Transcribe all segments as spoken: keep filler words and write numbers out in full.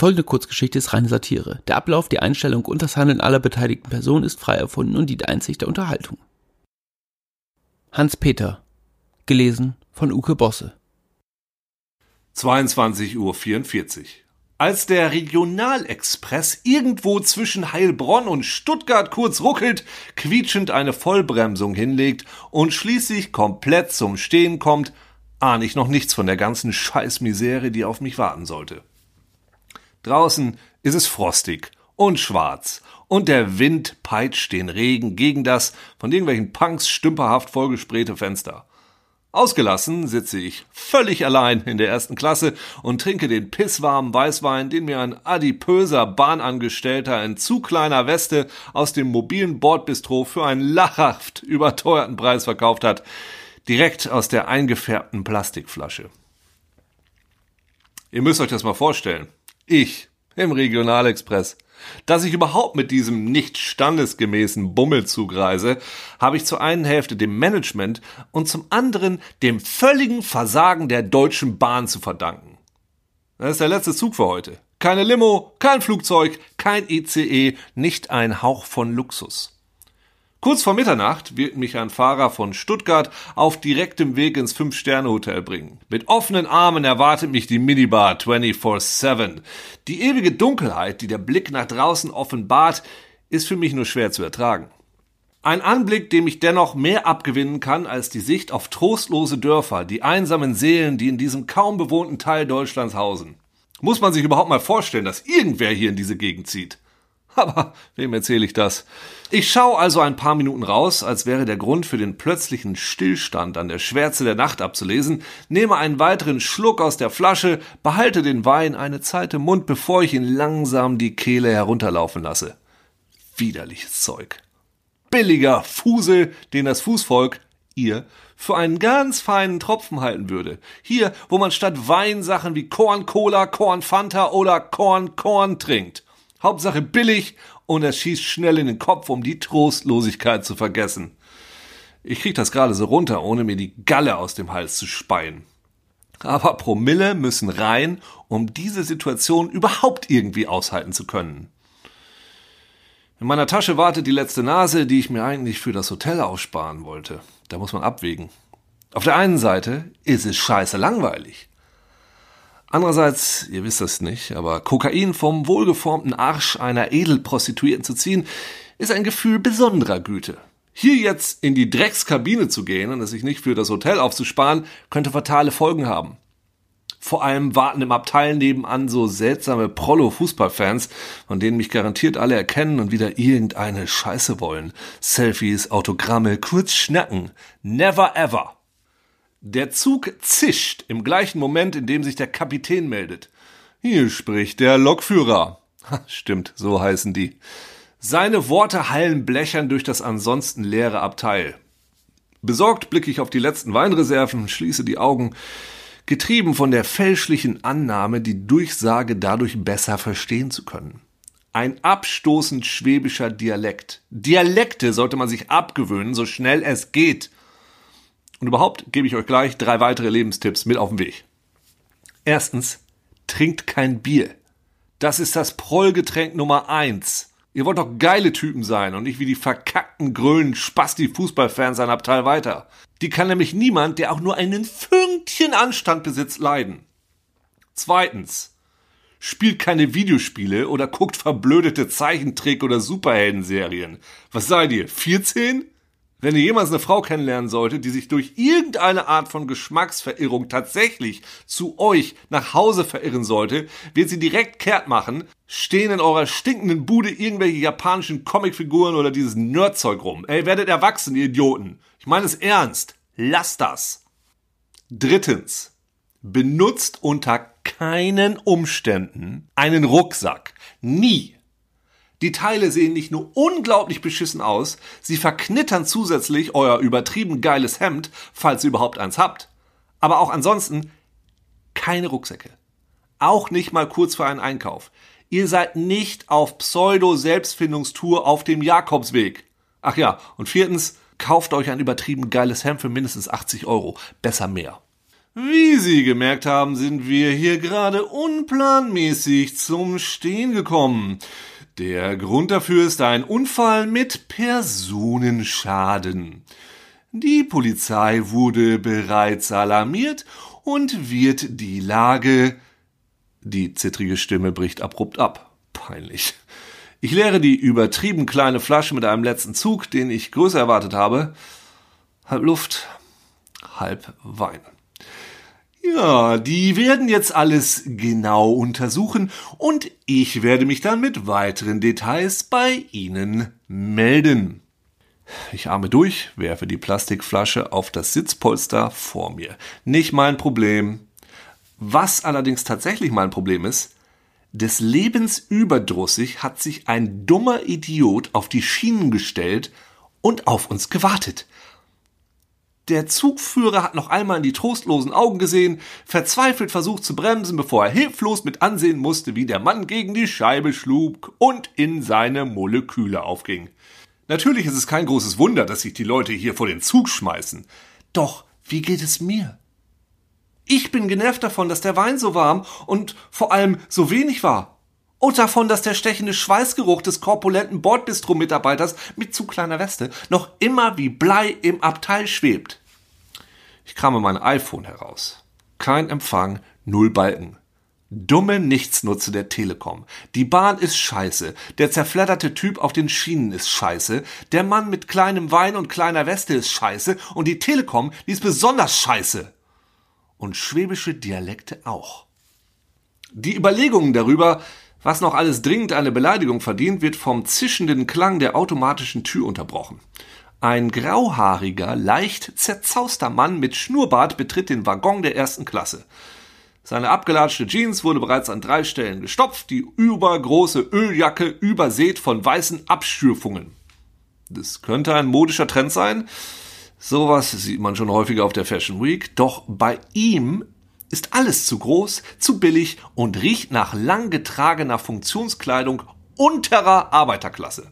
Folgende Kurzgeschichte ist reine Satire. Der Ablauf, die Einstellung und das Handeln aller beteiligten Personen ist frei erfunden und dient einzig der Unterhaltung. Hans-Peter. Gelesen von Uke Bosse. zweiundzwanzig Uhr vierundvierzig. Als der Regionalexpress irgendwo zwischen Heilbronn und Stuttgart kurz ruckelt, quietschend eine Vollbremsung hinlegt und schließlich komplett zum Stehen kommt, ahne ich noch nichts von der ganzen Scheißmisere, die auf mich warten sollte. Draußen ist es frostig und schwarz und der Wind peitscht den Regen gegen das von irgendwelchen Punks stümperhaft vollgesprähte Fenster. Ausgelassen sitze ich völlig allein in der ersten Klasse und trinke den pisswarmen Weißwein, den mir ein adipöser Bahnangestellter in zu kleiner Weste aus dem mobilen Bordbistro für einen lachhaft überteuerten Preis verkauft hat, direkt aus der eingefärbten Plastikflasche. Ihr müsst euch das mal vorstellen. Ich im Regionalexpress. Dass ich überhaupt mit diesem nicht standesgemäßen Bummelzug reise, habe ich zur einen Hälfte dem Management und zum anderen dem völligen Versagen der Deutschen Bahn zu verdanken. Das ist der letzte Zug für heute. Keine Limo, kein Flugzeug, kein I C E, nicht ein Hauch von Luxus. Kurz vor Mitternacht wird mich ein Fahrer von Stuttgart auf direktem Weg ins Fünf-Sterne-Hotel bringen. Mit offenen Armen erwartet mich die Minibar vierundzwanzig sieben. Die ewige Dunkelheit, die der Blick nach draußen offenbart, ist für mich nur schwer zu ertragen. Ein Anblick, dem ich dennoch mehr abgewinnen kann als die Sicht auf trostlose Dörfer, die einsamen Seelen, die in diesem kaum bewohnten Teil Deutschlands hausen. Muss man sich überhaupt mal vorstellen, dass irgendwer hier in diese Gegend zieht? Aber wem erzähle ich das? Ich schaue also ein paar Minuten raus, als wäre der Grund für den plötzlichen Stillstand an der Schwärze der Nacht abzulesen, nehme einen weiteren Schluck aus der Flasche, behalte den Wein eine Zeit im Mund, bevor ich ihn langsam die Kehle herunterlaufen lasse. Widerliches Zeug. Billiger Fusel, den das Fußvolk, ihr, für einen ganz feinen Tropfen halten würde. Hier, wo man statt Wein Sachen wie Korn-Cola, Korn-Fanta oder Korn-Korn trinkt. Hauptsache billig und es schießt schnell in den Kopf, um die Trostlosigkeit zu vergessen. Ich krieg das gerade so runter, ohne mir die Galle aus dem Hals zu speien. Aber Promille müssen rein, um diese Situation überhaupt irgendwie aushalten zu können. In meiner Tasche wartet die letzte Nase, die ich mir eigentlich für das Hotel aufsparen wollte. Da muss man abwägen. Auf der einen Seite ist es scheiße langweilig. Andererseits, ihr wisst das nicht, aber Kokain vom wohlgeformten Arsch einer Edelprostituierten zu ziehen, ist ein Gefühl besonderer Güte. Hier jetzt in die Dreckskabine zu gehen und es sich nicht für das Hotel aufzusparen, könnte fatale Folgen haben. Vor allem warten im Abteil nebenan so seltsame Prollo-Fußballfans, von denen mich garantiert alle erkennen und wieder irgendeine Scheiße wollen. Selfies, Autogramme, kurz schnacken. Never ever. Der Zug zischt im gleichen Moment, in dem sich der Kapitän meldet. Hier spricht der Lokführer. Ha, stimmt, so heißen die. Seine Worte hallen blechern durch das ansonsten leere Abteil. Besorgt blicke ich auf die letzten Weinreserven, schließe die Augen, getrieben von der fälschlichen Annahme, die Durchsage dadurch besser verstehen zu können. Ein abstoßend schwäbischer Dialekt. Dialekte sollte man sich abgewöhnen, so schnell es geht. Und überhaupt gebe ich euch gleich drei weitere Lebenstipps mit auf den Weg. Erstens, trinkt kein Bier. Das ist das Prollgetränk Nummer eins. Ihr wollt doch geile Typen sein und nicht wie die verkackten, grölen Spasti-Fußballfans ein Abteil weiter. Die kann nämlich niemand, der auch nur einen Fünkchen Anstand besitzt, leiden. Zweitens, spielt keine Videospiele oder guckt verblödete Zeichentrick- oder Superheldenserien. Was seid ihr, vierzehn? Wenn ihr jemals eine Frau kennenlernen solltet, die sich durch irgendeine Art von Geschmacksverirrung tatsächlich zu euch nach Hause verirren sollte, wird sie direkt kehrt machen, stehen in eurer stinkenden Bude irgendwelche japanischen Comicfiguren oder dieses Nerdzeug rum. Ey, werdet erwachsen, ihr Idioten. Ich meine es ernst. Lasst das. Drittens. Benutzt unter keinen Umständen einen Rucksack. Nie. Die Teile sehen nicht nur unglaublich beschissen aus, sie verknittern zusätzlich euer übertrieben geiles Hemd, falls ihr überhaupt eins habt. Aber auch ansonsten keine Rucksäcke. Auch nicht mal kurz für einen Einkauf. Ihr seid nicht auf Pseudo-Selbstfindungstour auf dem Jakobsweg. Ach ja, und viertens, kauft euch ein übertrieben geiles Hemd für mindestens achtzig Euro. Besser mehr. Wie Sie gemerkt haben, sind wir hier gerade unplanmäßig zum Stehen gekommen. Der Grund dafür ist ein Unfall mit Personenschaden. Die Polizei wurde bereits alarmiert und wird die Lage... Die zittrige Stimme bricht abrupt ab. Peinlich. Ich leere die übertrieben kleine Flasche mit einem letzten Zug, den ich größer erwartet habe. Halb Luft, halb Wein. Ja, die werden jetzt alles genau untersuchen und ich werde mich dann mit weiteren Details bei Ihnen melden. Ich atme durch, werfe die Plastikflasche auf das Sitzpolster vor mir. Nicht mein Problem. Was allerdings tatsächlich mein Problem ist, des Lebens überdrüssig hat sich ein dummer Idiot auf die Schienen gestellt und auf uns gewartet. Der Zugführer hat noch einmal in die trostlosen Augen gesehen, verzweifelt versucht zu bremsen, bevor er hilflos mit ansehen musste, wie der Mann gegen die Scheibe schlug und in seine Moleküle aufging. Natürlich ist es kein großes Wunder, dass sich die Leute hier vor den Zug schmeißen. Doch wie geht es mir? Ich bin genervt davon, dass der Wein so warm und vor allem so wenig war. Und davon, dass der stechende Schweißgeruch des korpulenten Bordbistro-Mitarbeiters mit zu kleiner Weste noch immer wie Blei im Abteil schwebt. Ich krame mein iPhone heraus. Kein Empfang, null Balken. Dumme Nichtsnutze der Telekom. Die Bahn ist scheiße. Der zerfledderte Typ auf den Schienen ist scheiße. Der Mann mit kleinem Wein und kleiner Weste ist scheiße. Und die Telekom, die ist besonders scheiße. Und schwäbische Dialekte auch. Die Überlegungen darüber, was noch alles dringend eine Beleidigung verdient, wird vom zischenden Klang der automatischen Tür unterbrochen. Ein grauhaariger, leicht zerzauster Mann mit Schnurrbart betritt den Waggon der ersten Klasse. Seine abgelatschte Jeans wurde bereits an drei Stellen gestopft, die übergroße Öljacke übersät von weißen Abschürfungen. Das könnte ein modischer Trend sein. Sowas sieht man schon häufiger auf der Fashion Week. Doch bei ihm ist alles zu groß, zu billig und riecht nach lang getragener Funktionskleidung unterer Arbeiterklasse.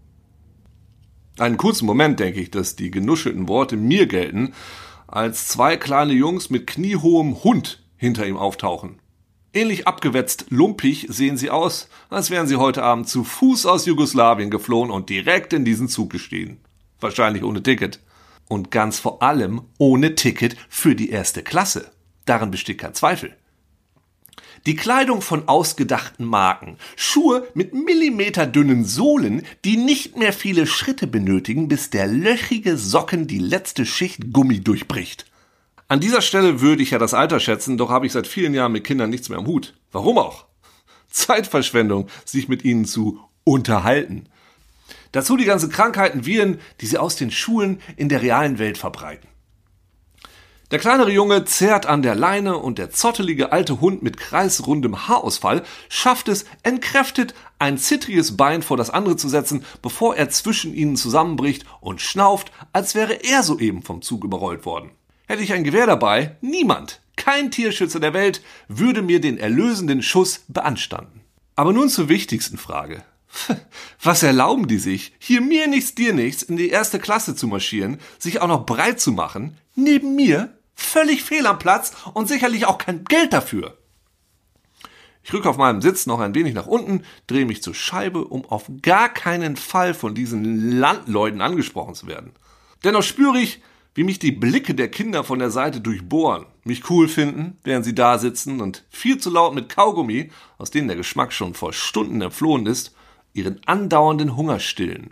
Einen kurzen Moment denke ich, dass die genuschelten Worte mir gelten, als zwei kleine Jungs mit kniehohem Hund hinter ihm auftauchen. Ähnlich abgewetzt lumpig sehen sie aus, als wären sie heute Abend zu Fuß aus Jugoslawien geflohen und direkt in diesen Zug gestiegen. Wahrscheinlich ohne Ticket. Und ganz vor allem ohne Ticket für die erste Klasse. Daran besteht kein Zweifel. Die Kleidung von ausgedachten Marken, Schuhe mit millimeterdünnen Sohlen, die nicht mehr viele Schritte benötigen, bis der löchige Socken die letzte Schicht Gummi durchbricht. An dieser Stelle würde ich ja das Alter schätzen, doch habe ich seit vielen Jahren mit Kindern nichts mehr am Hut. Warum auch? Zeitverschwendung, sich mit ihnen zu unterhalten. Dazu die ganzen Krankheiten, Viren, die sie aus den Schulen in der realen Welt verbreiten. Der kleinere Junge zerrt an der Leine und der zottelige alte Hund mit kreisrundem Haarausfall schafft es, entkräftet, ein zittriges Bein vor das andere zu setzen, bevor er zwischen ihnen zusammenbricht und schnauft, als wäre er soeben vom Zug überrollt worden. Hätte ich ein Gewehr dabei, niemand, kein Tierschützer der Welt, würde mir den erlösenden Schuss beanstanden. Aber nun zur wichtigsten Frage. Was erlauben die sich, hier mir nichts, dir nichts, in die erste Klasse zu marschieren, sich auch noch breit zu machen, neben mir, völlig fehl am Platz und sicherlich auch kein Geld dafür. Ich rücke auf meinem Sitz noch ein wenig nach unten, drehe mich zur Scheibe, um auf gar keinen Fall von diesen Landleuten angesprochen zu werden. Dennoch spüre ich, wie mich die Blicke der Kinder von der Seite durchbohren, mich cool finden, während sie da sitzen und viel zu laut mit Kaugummi, aus denen der Geschmack schon vor Stunden entflohen ist, ihren andauernden Hunger stillen.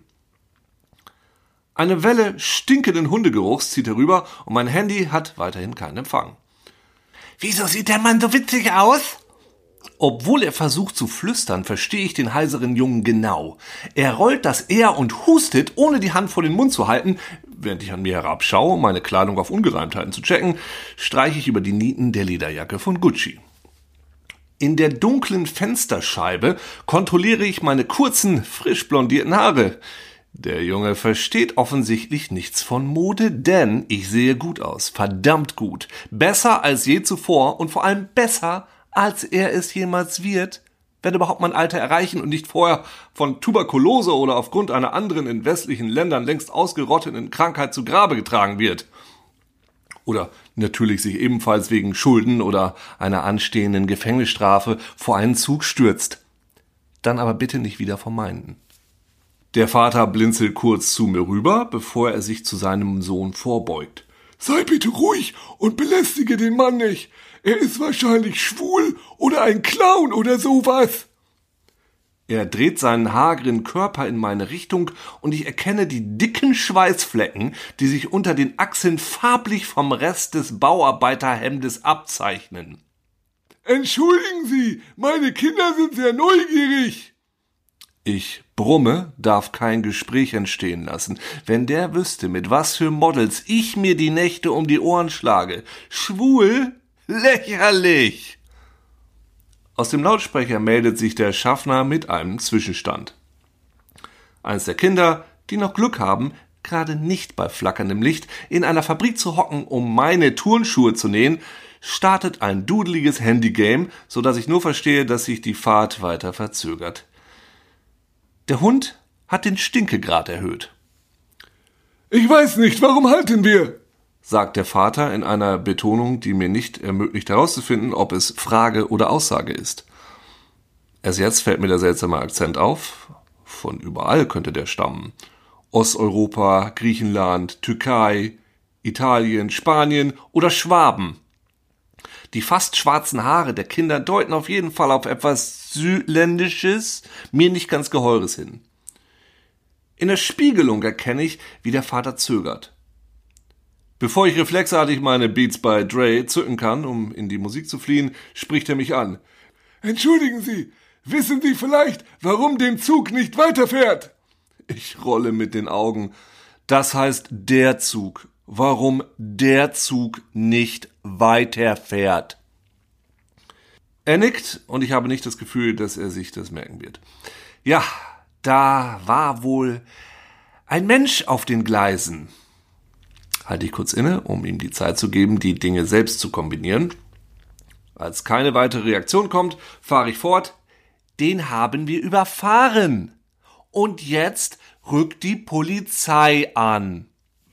Eine Welle stinkenden Hundegeruchs zieht herüber und mein Handy hat weiterhin keinen Empfang. Wieso sieht der Mann so witzig aus? Obwohl er versucht zu flüstern, verstehe ich den heiseren Jungen genau. Er rollt das R und hustet, ohne die Hand vor den Mund zu halten. Während ich an mir herabschaue, um meine Kleidung auf Ungereimtheiten zu checken, streiche ich über die Nieten der Lederjacke von Gucci. In der dunklen Fensterscheibe kontrolliere ich meine kurzen, frisch blondierten Haare. Der Junge versteht offensichtlich nichts von Mode, denn ich sehe gut aus, verdammt gut. Besser als je zuvor und vor allem besser, als er es jemals wird, wenn überhaupt mein Alter erreichen und nicht vorher von Tuberkulose oder aufgrund einer anderen in westlichen Ländern längst ausgerotteten Krankheit zu Grabe getragen wird. oder natürlich sich ebenfalls wegen Schulden oder einer anstehenden Gefängnisstrafe vor einen Zug stürzt. Dann aber bitte nicht wieder vermeiden. Der Vater blinzelt kurz zu mir rüber, bevor er sich zu seinem Sohn vorbeugt. Sei bitte ruhig und belästige den Mann nicht. Er ist wahrscheinlich schwul oder ein Clown oder sowas. Er dreht seinen hageren Körper in meine Richtung und ich erkenne die dicken Schweißflecken, die sich unter den Achseln farblich vom Rest des Bauarbeiterhemdes abzeichnen. Entschuldigen Sie, meine Kinder sind sehr neugierig. Ich brumme, darf kein Gespräch entstehen lassen. Wenn der wüsste, mit was für Models ich mir die Nächte um die Ohren schlage. Schwul? Lächerlich! Aus dem Lautsprecher meldet sich der Schaffner mit einem Zwischenstand. Eins der Kinder, die noch Glück haben, gerade nicht bei flackerndem Licht in einer Fabrik zu hocken, um meine Turnschuhe zu nähen, startet ein dudeliges Handygame, so dass ich nur verstehe, dass sich die Fahrt weiter verzögert. Der Hund hat den Stinkegrad erhöht. Ich weiß nicht, warum halten wir? Sagt der Vater in einer Betonung, die mir nicht ermöglicht herauszufinden, ob es Frage oder Aussage ist. Erst jetzt fällt mir der seltsame Akzent auf. Von überall könnte der stammen. Osteuropa, Griechenland, Türkei, Italien, Spanien oder Schwaben. Die fast schwarzen Haare der Kinder deuten auf jeden Fall auf etwas Südländisches, mir nicht ganz Geheures hin. In der Spiegelung erkenne ich, wie der Vater zögert. Bevor ich reflexartig meine Beats by Dre zücken kann, um in die Musik zu fliehen, spricht er mich an. Entschuldigen Sie, wissen Sie vielleicht, warum der Zug nicht weiterfährt? Ich rolle mit den Augen. Das heißt der Zug. Warum der Zug nicht weiterfährt? Er nickt und ich habe nicht das Gefühl, dass er sich das merken wird. Ja, da war wohl ein Mensch auf den Gleisen. Halte ich kurz inne, um ihm die Zeit zu geben, die Dinge selbst zu kombinieren. Als keine weitere Reaktion kommt, fahre ich fort. Den haben wir überfahren. Und jetzt rückt die Polizei an.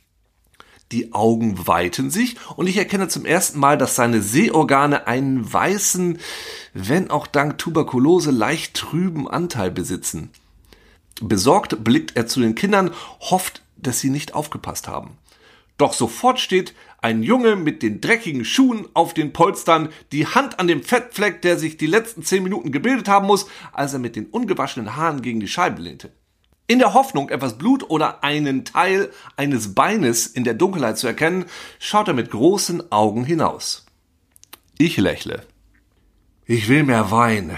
Die Augen weiten sich und ich erkenne zum ersten Mal, dass seine Sehorgane einen weißen, wenn auch dank Tuberkulose leicht trüben Anteil besitzen. Besorgt blickt er zu den Kindern, hofft, dass sie nicht aufgepasst haben. Doch sofort steht ein Junge mit den dreckigen Schuhen auf den Polstern, die Hand an dem Fettfleck, der sich die letzten zehn Minuten gebildet haben muss, als er mit den ungewaschenen Haaren gegen die Scheibe lehnte. In der Hoffnung, etwas Blut oder einen Teil eines Beines in der Dunkelheit zu erkennen, schaut er mit großen Augen hinaus. Ich lächle. Ich will mehr Wein.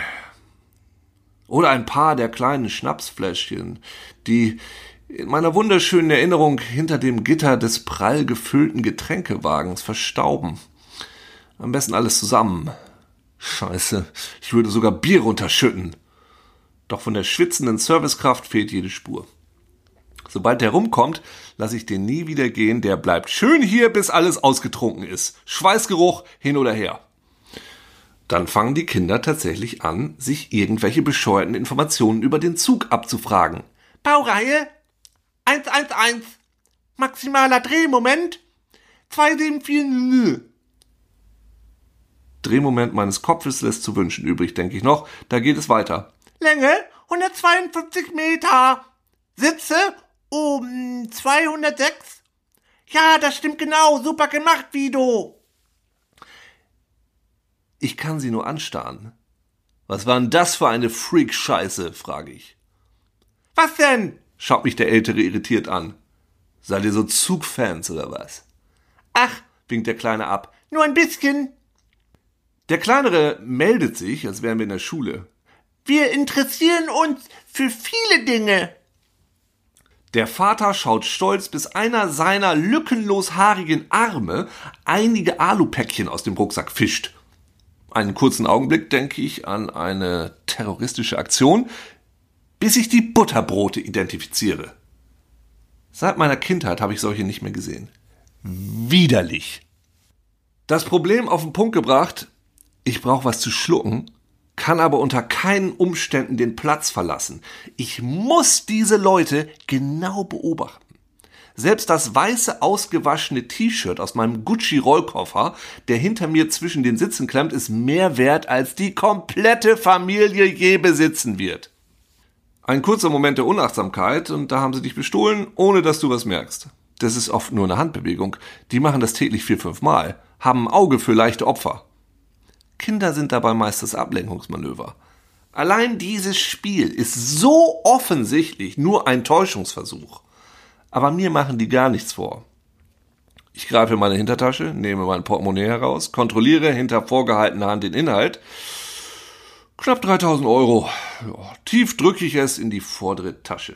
Oder ein paar der kleinen Schnapsfläschchen, die in meiner wunderschönen Erinnerung hinter dem Gitter des prall gefüllten Getränkewagens verstauben. Am besten alles zusammen. Scheiße, ich würde sogar Bier runterschütten. Doch von der schwitzenden Servicekraft fehlt jede Spur. Sobald der rumkommt, lasse ich den nie wieder gehen, der bleibt schön hier, bis alles ausgetrunken ist. Schweißgeruch hin oder her. Dann fangen die Kinder tatsächlich an, sich irgendwelche bescheuerten Informationen über den Zug abzufragen. Baureihe eins eins eins, maximaler Drehmoment zwei sieben vier. Drehmoment meines Kopfes lässt zu wünschen übrig, denke ich noch. Da geht es weiter. Länge hundertzweiundfünfzig Meter. Sitze um zweihundertsechs. Ja, das stimmt genau. Super gemacht, Vido. Ich kann sie nur anstarren. Was war denn das für eine Freak-Scheiße, frage ich. Was denn? Schaut mich der Ältere irritiert an. Seid ihr so Zugfans oder was? Ach, winkt der Kleine ab. Nur ein bisschen. Der Kleinere meldet sich, als wären wir in der Schule. Wir interessieren uns für viele Dinge. Der Vater schaut stolz, bis einer seiner lückenlos haarigen Arme einige Alupäckchen aus dem Rucksack fischt. Einen kurzen Augenblick denke ich an eine terroristische Aktion, bis ich die Butterbrote identifiziere. Seit meiner Kindheit habe ich solche nicht mehr gesehen. Widerlich. Das Problem auf den Punkt gebracht, ich brauche was zu schlucken, kann aber unter keinen Umständen den Platz verlassen. Ich muss diese Leute genau beobachten. Selbst das weiße, ausgewaschene T-Shirt aus meinem Gucci-Rollkoffer, der hinter mir zwischen den Sitzen klemmt, ist mehr wert, als die komplette Familie je besitzen wird. Ein kurzer Moment der Unachtsamkeit und da haben sie dich bestohlen, ohne dass du was merkst. Das ist oft nur eine Handbewegung. Die machen das täglich vier, fünf Mal, haben ein Auge für leichte Opfer. Kinder sind dabei meist das Ablenkungsmanöver. Allein dieses Spiel ist so offensichtlich nur ein Täuschungsversuch. Aber mir machen die gar nichts vor. Ich greife in meine Hintertasche, nehme mein Portemonnaie heraus, kontrolliere hinter vorgehaltener Hand den Inhalt. Knapp dreitausend Euro. Ja, tief drücke ich es in die vordere Tasche.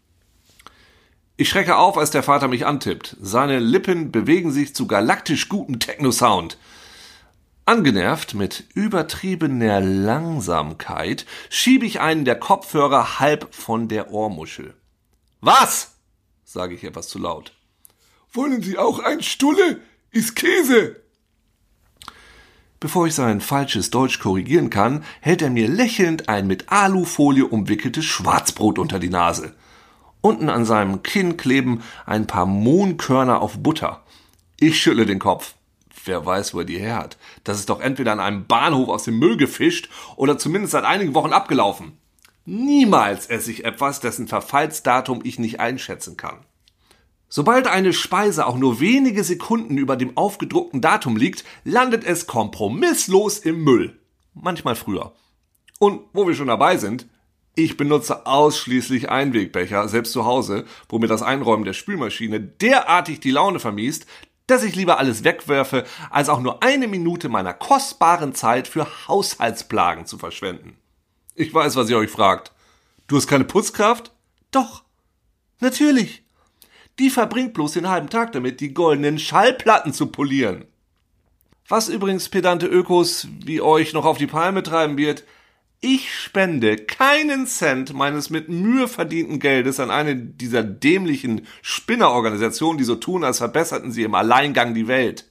Ich schrecke auf, als der Vater mich antippt. Seine Lippen bewegen sich zu galaktisch gutem Techno-Sound. Angenervt mit übertriebener Langsamkeit schiebe ich einen der Kopfhörer halb von der Ohrmuschel. Was? Sage ich etwas zu laut. Wollen Sie auch ein Stulle? Ist Käse. Bevor ich sein falsches Deutsch korrigieren kann, hält er mir lächelnd ein mit Alufolie umwickeltes Schwarzbrot unter die Nase. Unten an seinem Kinn kleben ein paar Mohnkörner auf Butter. Ich schüttle den Kopf. Wer weiß, wo er die her hat. Das ist doch entweder an einem Bahnhof aus dem Müll gefischt oder zumindest seit einigen Wochen abgelaufen. Niemals esse ich etwas, dessen Verfallsdatum ich nicht einschätzen kann. Sobald eine Speise auch nur wenige Sekunden über dem aufgedruckten Datum liegt, landet es kompromisslos im Müll. Manchmal früher. Und wo wir schon dabei sind, ich benutze ausschließlich Einwegbecher, selbst zu Hause, wo mir das Einräumen der Spülmaschine derartig die Laune vermiest, dass ich lieber alles wegwerfe, als auch nur eine Minute meiner kostbaren Zeit für Haushaltsplagen zu verschwenden. Ich weiß, was ihr euch fragt. Du hast keine Putzkraft? Doch, natürlich. Die verbringt bloß den halben Tag damit, die goldenen Schallplatten zu polieren. Was übrigens pedante Ökos wie euch noch auf die Palme treiben wird, ich spende keinen Cent meines mit Mühe verdienten Geldes an eine dieser dämlichen Spinnerorganisationen, die so tun, als verbesserten sie im Alleingang die Welt.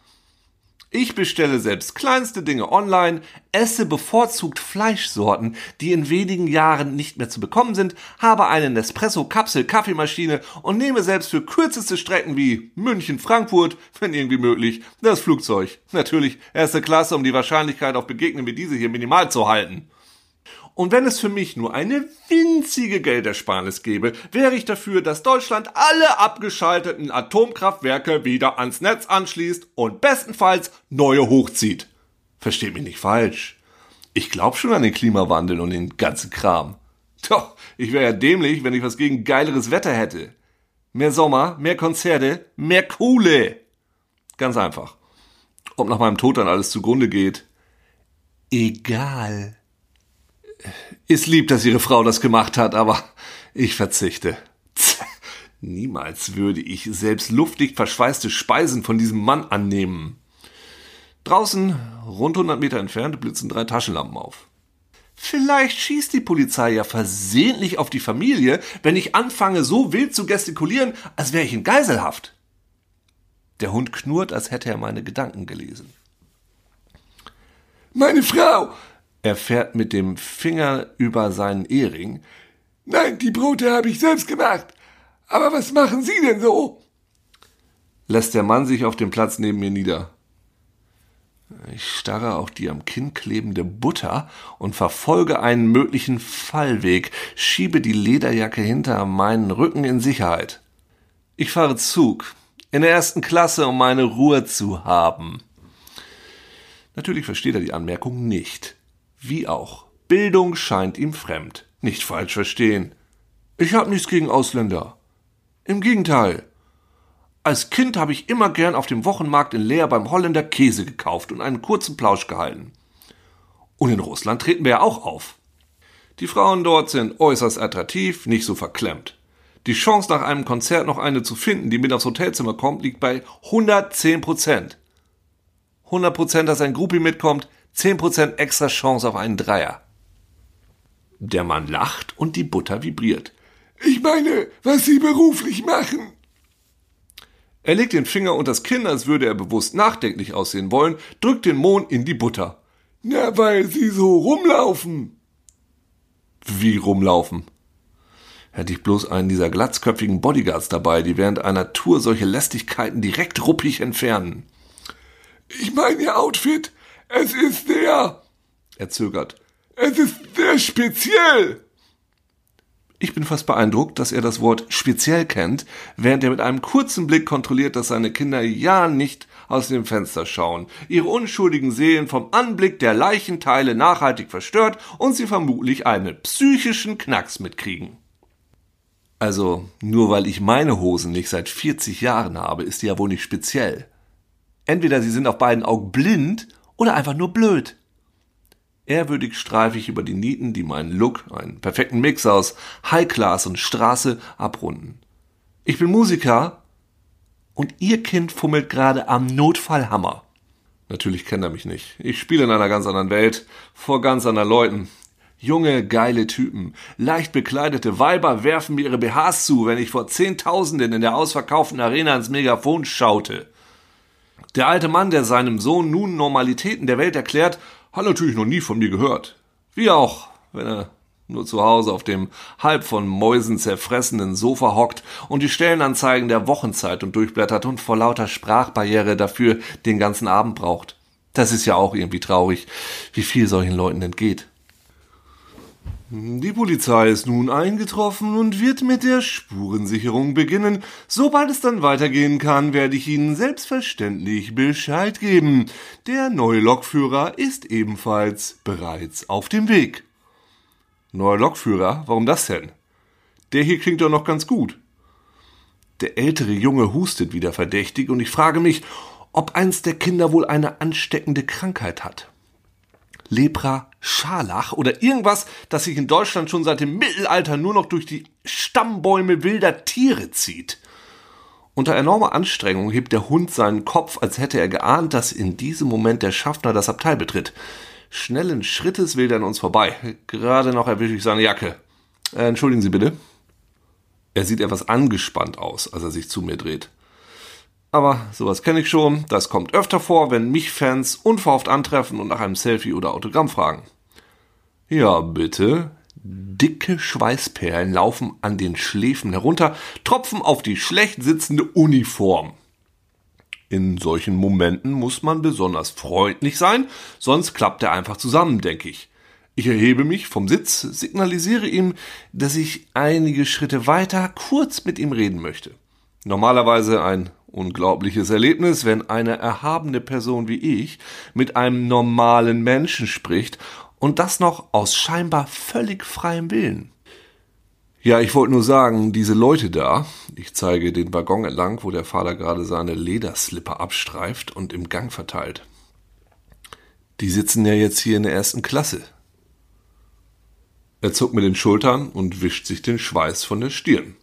Ich bestelle selbst kleinste Dinge online, esse bevorzugt Fleischsorten, die in wenigen Jahren nicht mehr zu bekommen sind, habe eine Nespresso-Kapsel-Kaffeemaschine und nehme selbst für kürzeste Strecken wie München-Frankfurt, wenn irgendwie möglich, das Flugzeug. Natürlich erste Klasse, um die Wahrscheinlichkeit auf Begegnungen wie diese hier minimal zu halten. Und wenn es für mich nur eine winzige Geldersparnis gäbe, wäre ich dafür, dass Deutschland alle abgeschalteten Atomkraftwerke wieder ans Netz anschließt und bestenfalls neue hochzieht. Versteht mich nicht falsch. Ich glaube schon an den Klimawandel und den ganzen Kram. Doch, ich wäre ja dämlich, wenn ich was gegen geileres Wetter hätte. Mehr Sommer, mehr Konzerte, mehr Kohle. Ganz einfach. Ob nach meinem Tod dann alles zugrunde geht? Egal. Ist lieb, dass ihre Frau das gemacht hat, aber ich verzichte. Tch, niemals würde ich selbst luftdicht verschweißte Speisen von diesem Mann annehmen. Draußen, rund hundert Meter entfernt, blitzen drei Taschenlampen auf. Vielleicht schießt die Polizei ja versehentlich auf die Familie, wenn ich anfange, so wild zu gestikulieren, als wäre ich in Geiselhaft. Der Hund knurrt, als hätte er meine Gedanken gelesen. Meine Frau! Er fährt mit dem Finger über seinen Ehering. Nein, die Brote habe ich selbst gemacht. Aber was machen Sie denn so? Lässt der Mann sich auf dem Platz neben mir nieder. Ich starre auf die am Kinn klebende Butter und verfolge einen möglichen Fallweg, schiebe die Lederjacke hinter meinen Rücken in Sicherheit. Ich fahre Zug, in der ersten Klasse, um meine Ruhe zu haben. Natürlich versteht er die Anmerkung nicht. Wie auch. Bildung scheint ihm fremd. Nicht falsch verstehen. Ich habe nichts gegen Ausländer. Im Gegenteil. Als Kind habe ich immer gern auf dem Wochenmarkt in Leer beim Holländer Käse gekauft und einen kurzen Plausch gehalten. Und in Russland treten wir ja auch auf. Die Frauen dort sind äußerst attraktiv, nicht so verklemmt. Die Chance, nach einem Konzert noch eine zu finden, die mit aufs Hotelzimmer kommt, liegt bei hundertzehn Prozent. hundert Prozent, dass ein Groupie mitkommt, zehn Prozent extra Chance auf einen Dreier. Der Mann lacht und die Butter vibriert. Ich meine, was Sie beruflich machen. Er legt den Finger unters Kinn, als würde er bewusst nachdenklich aussehen wollen, drückt den Mohn in die Butter. Na, weil Sie so rumlaufen. Wie rumlaufen? Hätte ich bloß einen dieser glatzköpfigen Bodyguards dabei, die während einer Tour solche Lästigkeiten direkt ruppig entfernen. Ich meine Ihr Outfit, es ist sehr... Er zögert. Es ist sehr speziell. Ich bin fast beeindruckt, dass er das Wort speziell kennt, während er mit einem kurzen Blick kontrolliert, dass seine Kinder ja nicht aus dem Fenster schauen, ihre unschuldigen Seelen vom Anblick der Leichenteile nachhaltig verstört und sie vermutlich einen psychischen Knacks mitkriegen. Also, nur weil ich meine Hosen nicht seit vierzig Jahren habe, ist die ja wohl nicht speziell. Entweder sie sind auf beiden Augen blind oder einfach nur blöd. Ehrwürdig streife ich über die Nieten, die meinen Look, einen perfekten Mix aus High Class und Straße, abrunden. Ich bin Musiker und ihr Kind fummelt gerade am Notfallhammer. Natürlich kennt er mich nicht. Ich spiele in einer ganz anderen Welt, vor ganz anderen Leuten. Junge, geile Typen, leicht bekleidete Weiber werfen mir ihre B Hs zu, wenn ich vor Zehntausenden in der ausverkauften Arena ins Megafon schaute. Der alte Mann, der seinem Sohn nun Normalitäten der Welt erklärt, hat natürlich noch nie von mir gehört. Wie auch, wenn er nur zu Hause auf dem halb von Mäusen zerfressenen Sofa hockt und die Stellenanzeigen der Wochenzeitung durchblättert und vor lauter Sprachbarriere dafür den ganzen Abend braucht. Das ist ja auch irgendwie traurig, wie viel solchen Leuten entgeht. Die Polizei ist nun eingetroffen und wird mit der Spurensicherung beginnen. Sobald es dann weitergehen kann, werde ich Ihnen selbstverständlich Bescheid geben. Der neue Lokführer ist ebenfalls bereits auf dem Weg. Neuer Lokführer? Warum das denn? Der hier klingt doch noch ganz gut. Der ältere Junge hustet wieder verdächtig und ich frage mich, ob eins der Kinder wohl eine ansteckende Krankheit hat. Lepra, Scharlach oder irgendwas, das sich in Deutschland schon seit dem Mittelalter nur noch durch die Stammbäume wilder Tiere zieht. Unter enormer Anstrengung hebt der Hund seinen Kopf, als hätte er geahnt, dass in diesem Moment der Schaffner das Abteil betritt. Schnellen Schrittes will er an uns vorbei. Gerade noch erwische ich seine Jacke. Äh, entschuldigen Sie bitte. Er sieht etwas angespannt aus, als er sich zu mir dreht. Aber sowas kenne ich schon, das kommt öfter vor, wenn mich Fans unverhofft antreffen und nach einem Selfie oder Autogramm fragen. Ja, bitte. Dicke Schweißperlen laufen an den Schläfen herunter, tropfen auf die schlecht sitzende Uniform. In solchen Momenten muss man besonders freundlich sein, sonst klappt er einfach zusammen, denke ich. Ich erhebe mich vom Sitz, signalisiere ihm, dass ich einige Schritte weiter kurz mit ihm reden möchte. Normalerweise ein unglaubliches Erlebnis, wenn eine erhabene Person wie ich mit einem normalen Menschen spricht und das noch aus scheinbar völlig freiem Willen. Ja, ich wollte nur sagen, diese Leute da, ich zeige den Waggon entlang, wo der Vater gerade seine Lederslipper abstreift und im Gang verteilt. Die sitzen ja jetzt hier in der ersten Klasse. Er zuckt mit den Schultern und wischt sich den Schweiß von der Stirn.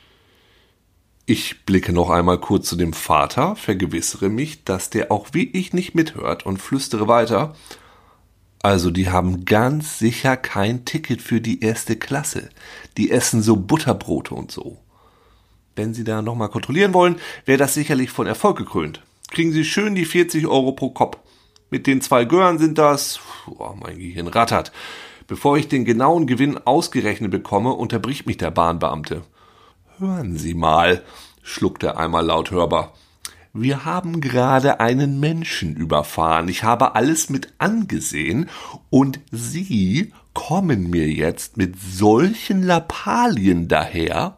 Ich blicke noch einmal kurz zu dem Vater, vergewissere mich, dass der auch wie ich nicht mithört und flüstere weiter. Also die haben ganz sicher kein Ticket für die erste Klasse. Die essen so Butterbrote und so. Wenn Sie da nochmal kontrollieren wollen, wäre das sicherlich von Erfolg gekrönt. Kriegen Sie schön die vierzig Euro pro Kopf. Mit den zwei Gören sind das... Oh, mein Gehirn rattert. Bevor ich den genauen Gewinn ausgerechnet bekomme, unterbricht mich der Bahnbeamte. Hören Sie mal, schluckt er einmal laut hörbar. Wir haben gerade einen Menschen überfahren. Ich habe alles mit angesehen und Sie kommen mir jetzt mit solchen Lappalien daher?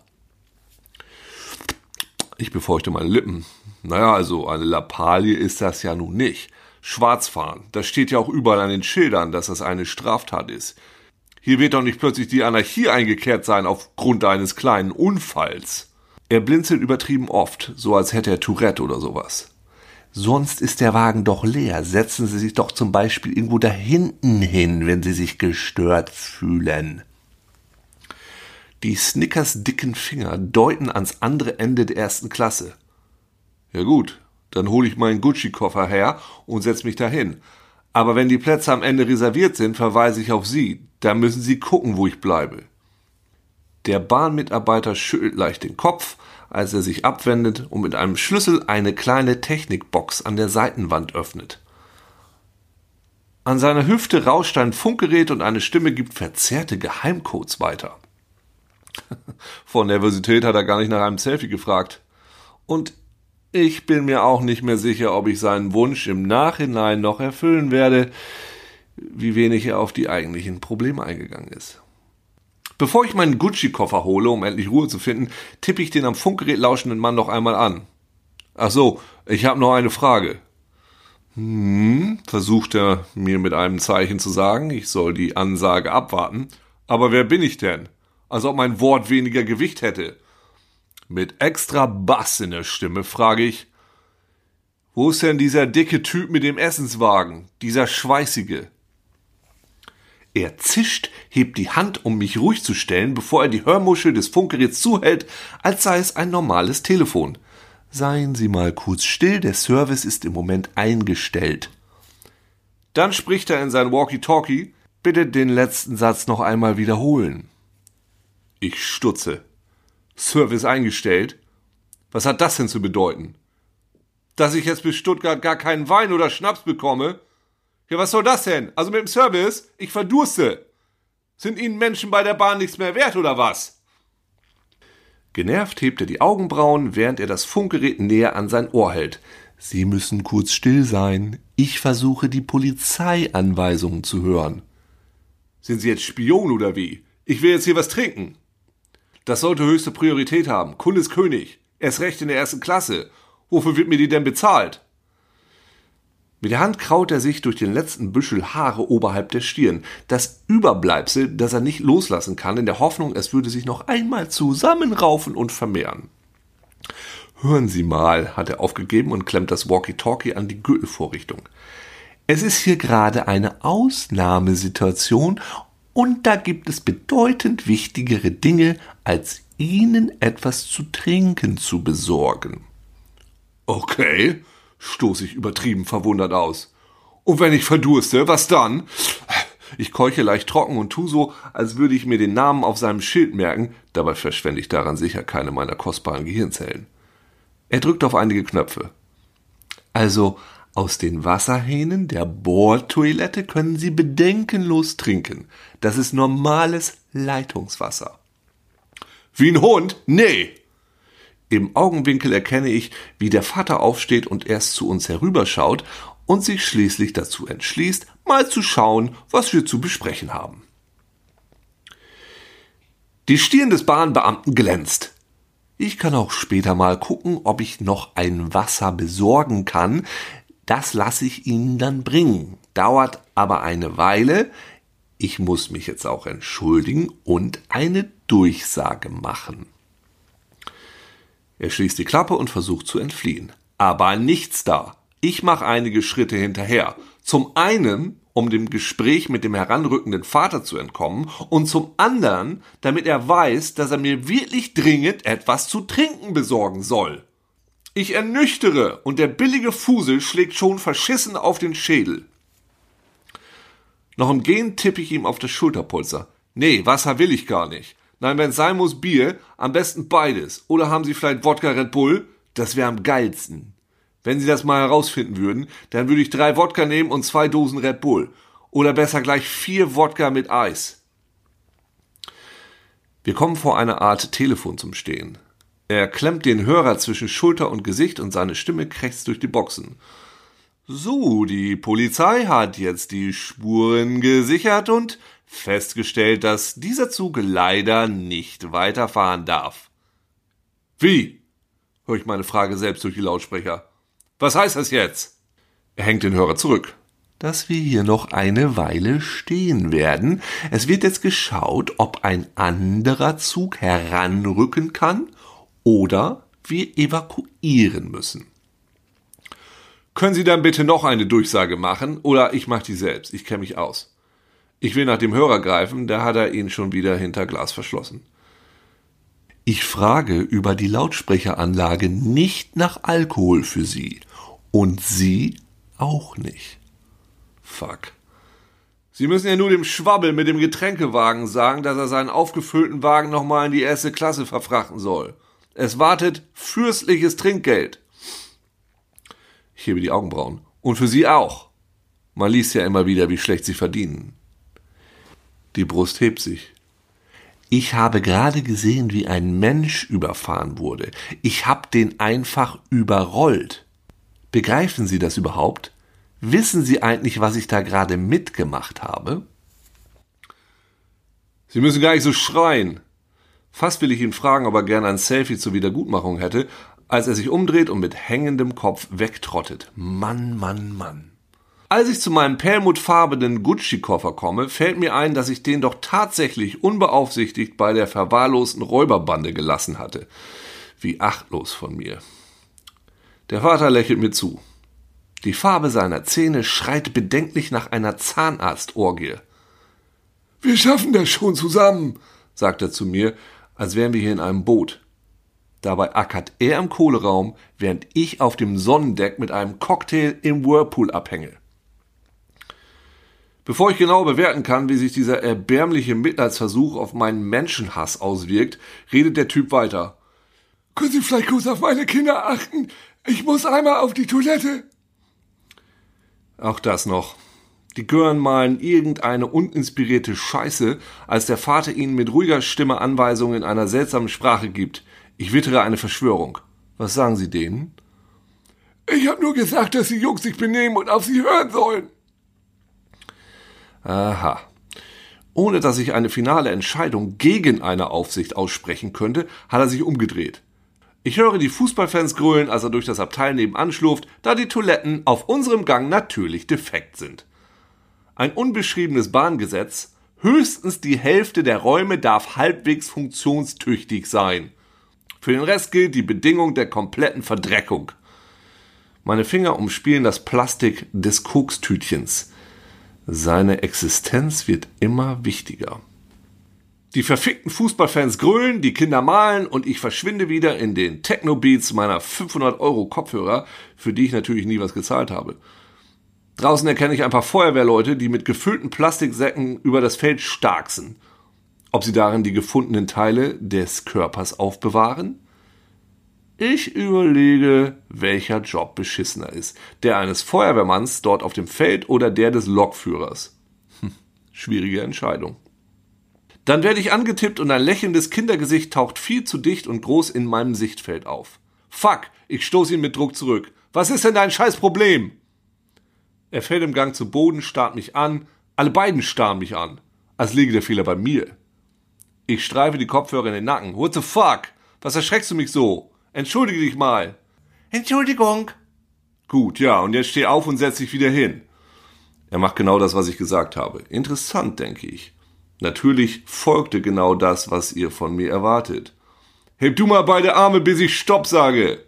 Ich befeuchte meine Lippen. Naja, also eine Lappalie ist das ja nun nicht. Schwarzfahren, das steht ja auch überall an den Schildern, dass das eine Straftat ist. Hier wird doch nicht plötzlich die Anarchie eingekehrt sein aufgrund eines kleinen Unfalls. Er blinzelt übertrieben oft, so als hätte er Tourette oder sowas. Sonst ist der Wagen doch leer. Setzen Sie sich doch zum Beispiel irgendwo da hinten hin, wenn Sie sich gestört fühlen. Die Snickers dicken Finger deuten ans andere Ende der ersten Klasse. Ja gut, dann hole ich meinen Gucci-Koffer her und setze mich dahin. Aber wenn die Plätze am Ende reserviert sind, verweise ich auf Sie. Da müssen Sie gucken, wo ich bleibe. Der Bahnmitarbeiter schüttelt leicht den Kopf, als er sich abwendet und mit einem Schlüssel eine kleine Technikbox an der Seitenwand öffnet. An seiner Hüfte rauscht ein Funkgerät und eine Stimme gibt verzerrte Geheimcodes weiter. Vor Nervosität hat er gar nicht nach einem Selfie gefragt. Und ich bin mir auch nicht mehr sicher, ob ich seinen Wunsch im Nachhinein noch erfüllen werde, wie wenig er auf die eigentlichen Probleme eingegangen ist. Bevor ich meinen Gucci-Koffer hole, um endlich Ruhe zu finden, tippe ich den am Funkgerät lauschenden Mann noch einmal an. Ach so, ich habe noch eine Frage. Hm, versucht er mir mit einem Zeichen zu sagen, ich soll die Ansage abwarten. Aber wer bin ich denn? Als ob mein Wort weniger Gewicht hätte. Mit extra Bass in der Stimme frage ich, wo ist denn dieser dicke Typ mit dem Essenswagen, dieser Schweißige? Er zischt, hebt die Hand, um mich ruhig zu stellen, bevor er die Hörmuschel des Funkgeräts zuhält, als sei es ein normales Telefon. Seien Sie mal kurz still, der Service ist im Moment eingestellt. Dann spricht er in sein Walkie-Talkie, bitte den letzten Satz noch einmal wiederholen. Ich stutze. Service eingestellt? Was hat das denn zu bedeuten? Dass ich jetzt bis Stuttgart gar keinen Wein oder Schnaps bekomme? Ja, was soll das denn? Also mit dem Service? Ich verdurste. Sind Ihnen Menschen bei der Bahn nichts mehr wert, oder was? Genervt hebt er die Augenbrauen, während er das Funkgerät näher an sein Ohr hält. Sie müssen kurz still sein. Ich versuche, die Polizeianweisungen zu hören. Sind Sie jetzt Spion oder wie? Ich will jetzt hier was trinken. Das sollte höchste Priorität haben. Kunde ist König. Erst recht in der ersten Klasse. Wofür wird mir die denn bezahlt? Mit der Hand kraut er sich durch den letzten Büschel Haare oberhalb der Stirn. Das Überbleibsel, das er nicht loslassen kann, in der Hoffnung, es würde sich noch einmal zusammenraufen und vermehren. Hören Sie mal, hat er aufgegeben und klemmt das Walkie-Talkie an die Gürtelvorrichtung. Es ist hier gerade eine Ausnahmesituation und da gibt es bedeutend wichtigere Dinge, als Ihnen etwas zu trinken zu besorgen. Okay, stoße ich übertrieben verwundert aus. Und wenn ich verdurste, was dann? Ich keuche leicht trocken und tu so, als würde ich mir den Namen auf seinem Schild merken, dabei verschwende ich daran sicher keine meiner kostbaren Gehirnzellen. Er drückt auf einige Knöpfe. Also, aus den Wasserhähnen der Bordtoilette können Sie bedenkenlos trinken. Das ist normales Leitungswasser. Wie ein Hund? Nee! Im Augenwinkel erkenne ich, wie der Vater aufsteht und erst zu uns herüberschaut und sich schließlich dazu entschließt, mal zu schauen, was wir zu besprechen haben. Die Stirn des Bahnbeamten glänzt. Ich kann auch später mal gucken, ob ich noch ein Wasser besorgen kann. Das lasse ich Ihnen dann bringen. Dauert aber eine Weile. Ich muss mich jetzt auch entschuldigen und eine Durchsage machen. Er schließt die Klappe und versucht zu entfliehen. Aber nichts da. Ich mache einige Schritte hinterher. Zum einen, um dem Gespräch mit dem heranrückenden Vater zu entkommen und zum anderen, damit er weiß, dass er mir wirklich dringend etwas zu trinken besorgen soll. Ich ernüchtere und der billige Fusel schlägt schon verschissen auf den Schädel. Noch im Gehen tippe ich ihm auf das Schulterpolster. Nee, Wasser will ich gar nicht. Nein, wenn es sein muss, Bier, am besten beides. Oder haben Sie vielleicht Wodka Red Bull? Das wäre am geilsten. Wenn Sie das mal herausfinden würden, dann würde ich drei Wodka nehmen und zwei Dosen Red Bull. Oder besser gleich vier Wodka mit Eis. Wir kommen vor einer Art Telefon zum Stehen. Er klemmt den Hörer zwischen Schulter und Gesicht und seine Stimme krächzt durch die Boxen. So, die Polizei hat jetzt die Spuren gesichert und festgestellt, dass dieser Zug leider nicht weiterfahren darf. Wie? Höre ich meine Frage selbst durch die Lautsprecher. Was heißt das jetzt? Er hängt den Hörer zurück. Dass wir hier noch eine Weile stehen werden. Es wird jetzt geschaut, ob ein anderer Zug heranrücken kann oder wir evakuieren müssen. Können Sie dann bitte noch eine Durchsage machen oder ich mache die selbst, ich kenne mich aus. Ich will nach dem Hörer greifen, da hat er ihn schon wieder hinter Glas verschlossen. Ich frage über die Lautsprecheranlage nicht nach Alkohol für Sie. Und Sie auch nicht. Fuck. Sie müssen ja nur dem Schwabbel mit dem Getränkewagen sagen, dass er seinen aufgefüllten Wagen nochmal in die erste Klasse verfrachten soll. Es wartet fürstliches Trinkgeld. Ich hebe die Augenbrauen. Und für Sie auch. Man liest ja immer wieder, wie schlecht Sie verdienen. Die Brust hebt sich. Ich habe gerade gesehen, wie ein Mensch überfahren wurde. Ich habe den einfach überrollt. Begreifen Sie das überhaupt? Wissen Sie eigentlich, was ich da gerade mitgemacht habe? Sie müssen gar nicht so schreien. Fast will ich ihn fragen, ob er gerne ein Selfie zur Wiedergutmachung hätte, als er sich umdreht und mit hängendem Kopf wegtrottet. Mann, Mann, Mann. Als ich zu meinem perlmuttfarbenen Gucci-Koffer komme, fällt mir ein, dass ich den doch tatsächlich unbeaufsichtigt bei der verwahrlosten Räuberbande gelassen hatte. Wie achtlos von mir. Der Vater lächelt mir zu. Die Farbe seiner Zähne schreit bedenklich nach einer Zahnarztorgie. Wir schaffen das schon zusammen, sagt er zu mir, als wären wir hier in einem Boot. Dabei ackert er im Kohleraum, während ich auf dem Sonnendeck mit einem Cocktail im Whirlpool abhänge. Bevor ich genau bewerten kann, wie sich dieser erbärmliche Mitleidsversuch auf meinen Menschenhass auswirkt, redet der Typ weiter. Können Sie vielleicht kurz auf meine Kinder achten? Ich muss einmal auf die Toilette. Auch das noch. Die Gören malen irgendeine uninspirierte Scheiße, als der Vater ihnen mit ruhiger Stimme Anweisungen in einer seltsamen Sprache gibt. Ich wittere eine Verschwörung. Was sagen Sie denen? Ich habe nur gesagt, dass die Jungs sich benehmen und auf sie hören sollen. Aha. Ohne dass ich eine finale Entscheidung gegen eine Aufsicht aussprechen könnte, hat er sich umgedreht. Ich höre die Fußballfans grölen, als er durch das Abteil nebenan schlurft, da die Toiletten auf unserem Gang natürlich defekt sind. Ein unbeschriebenes Bahngesetz, höchstens die Hälfte der Räume darf halbwegs funktionstüchtig sein. Für den Rest gilt die Bedingung der kompletten Verdreckung. Meine Finger umspielen das Plastik des Kokstütchens. Seine Existenz wird immer wichtiger. Die verfickten Fußballfans grölen, die Kinder malen und ich verschwinde wieder in den Techno-Beats meiner fünfhundert Euro Kopfhörer, für die ich natürlich nie was gezahlt habe. Draußen erkenne ich ein paar Feuerwehrleute, die mit gefüllten Plastiksäcken über das Feld starksen. Ob sie darin die gefundenen Teile des Körpers aufbewahren? Ich überlege, welcher Job beschissener ist. Der eines Feuerwehrmanns dort auf dem Feld oder der des Lokführers. Hm, schwierige Entscheidung. Dann werde ich angetippt und ein lächelndes Kindergesicht taucht viel zu dicht und groß in meinem Sichtfeld auf. Fuck, ich stoße ihn mit Druck zurück. Was ist denn dein scheiß Problem? Er fällt im Gang zu Boden, starrt mich an. Alle beiden starren mich an. Als liege der Fehler bei mir. Ich streife die Kopfhörer in den Nacken. What the fuck? Was erschreckst du mich so? Entschuldige dich mal. Entschuldigung. Gut, ja, und jetzt steh auf und setz dich wieder hin. Er macht genau das, was ich gesagt habe. Interessant, denke ich. Natürlich folgte genau das, was ihr von mir erwartet. Heb du mal beide Arme, bis ich Stopp sage.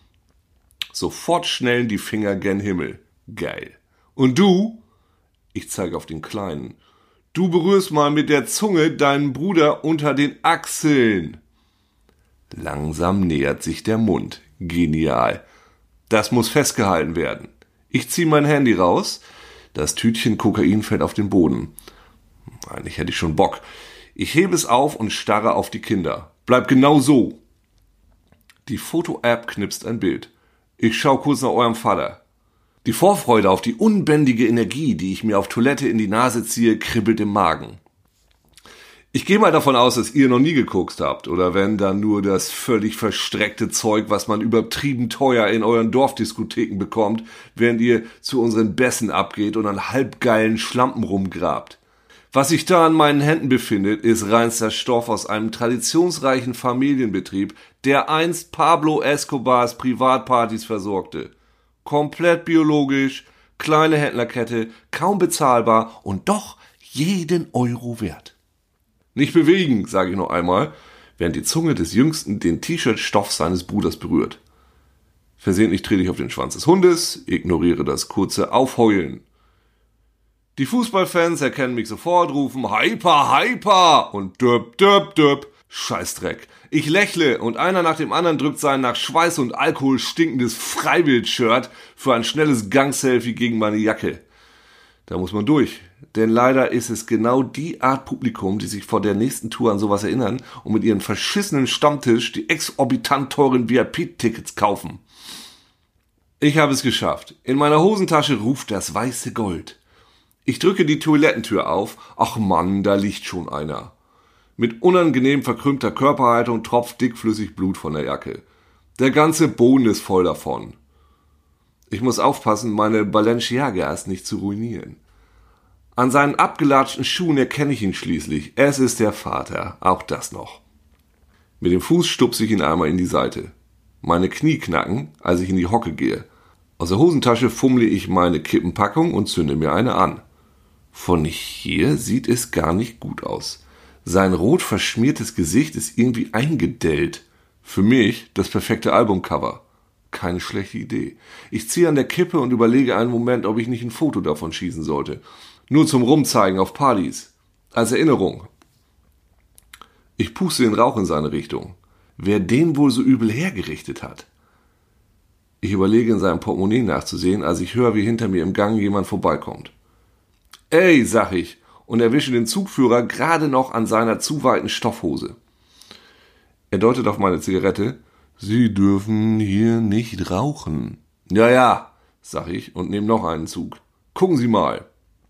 Sofort schnellen die Finger gen Himmel. Geil. Und du? Ich zeige auf den Kleinen. Du berührst mal mit der Zunge deinen Bruder unter den Achseln. Langsam nähert sich der Mund. Genial. Das muss festgehalten werden. Ich ziehe mein Handy raus. Das Tütchen Kokain fällt auf den Boden. Eigentlich hätte ich schon Bock. Ich hebe es auf und starre auf die Kinder. Bleib genau so. Die Foto-App knipst ein Bild. Ich schaue kurz nach eurem Vater. Die Vorfreude auf die unbändige Energie, die ich mir auf Toilette in die Nase ziehe, kribbelt im Magen. Ich gehe mal davon aus, dass ihr noch nie gekokst habt, oder wenn, dann nur das völlig verstreckte Zeug, was man übertrieben teuer in euren Dorfdiskotheken bekommt, während ihr zu unseren Bässen abgeht und an halbgeilen Schlampen rumgrabt. Was sich da an meinen Händen befindet, ist reinster Stoff aus einem traditionsreichen Familienbetrieb, der einst Pablo Escobars Privatpartys versorgte. Komplett biologisch, kleine Händlerkette, kaum bezahlbar und doch jeden Euro wert. Nicht bewegen, sage ich noch einmal, während die Zunge des Jüngsten den T-Shirt-Stoff seines Bruders berührt. Versehentlich trete ich auf den Schwanz des Hundes, ignoriere das kurze Aufheulen. Die Fußballfans erkennen mich sofort, rufen Hyper, Hyper und döp, döp, döp. Scheißdreck. Ich lächle und einer nach dem anderen drückt sein nach Schweiß und Alkohol stinkendes Freiwild-Shirt für ein schnelles Gang-Selfie gegen meine Jacke. Da muss man durch, denn leider ist es genau die Art Publikum, die sich vor der nächsten Tour an sowas erinnern und mit ihren verschissenen Stammtisch die exorbitant teuren V I P-Tickets kaufen. Ich habe es geschafft. In meiner Hosentasche ruft das weiße Gold. Ich drücke die Toilettentür auf. Ach Mann, da liegt schon einer. Mit unangenehm verkrümmter Körperhaltung tropft dickflüssig Blut von der Jacke. Der ganze Boden ist voll davon. Ich muss aufpassen, meine Balenciagas nicht zu ruinieren. An seinen abgelatschten Schuhen erkenne ich ihn schließlich. Es ist der Vater, auch das noch. Mit dem Fuß stupse ich ihn einmal in die Seite. Meine Knie knacken, als ich in die Hocke gehe. Aus der Hosentasche fummle ich meine Kippenpackung und zünde mir eine an. Von hier sieht es gar nicht gut aus. Sein rot verschmiertes Gesicht ist irgendwie eingedellt. Für mich das perfekte Albumcover. Keine schlechte Idee. Ich ziehe an der Kippe und überlege einen Moment, ob ich nicht ein Foto davon schießen sollte. Nur zum Rumzeigen auf Partys. Als Erinnerung. Ich puste den Rauch in seine Richtung. Wer den wohl so übel hergerichtet hat? Ich überlege, in seinem Portemonnaie nachzusehen, als ich höre, wie hinter mir im Gang jemand vorbeikommt. »Ey«, sag ich und erwische den Zugführer gerade noch an seiner zu weiten Stoffhose. Er deutet auf meine Zigarette. »Sie dürfen hier nicht rauchen.« »Ja, ja«, sag ich und nehme noch einen Zug. »Gucken Sie mal.«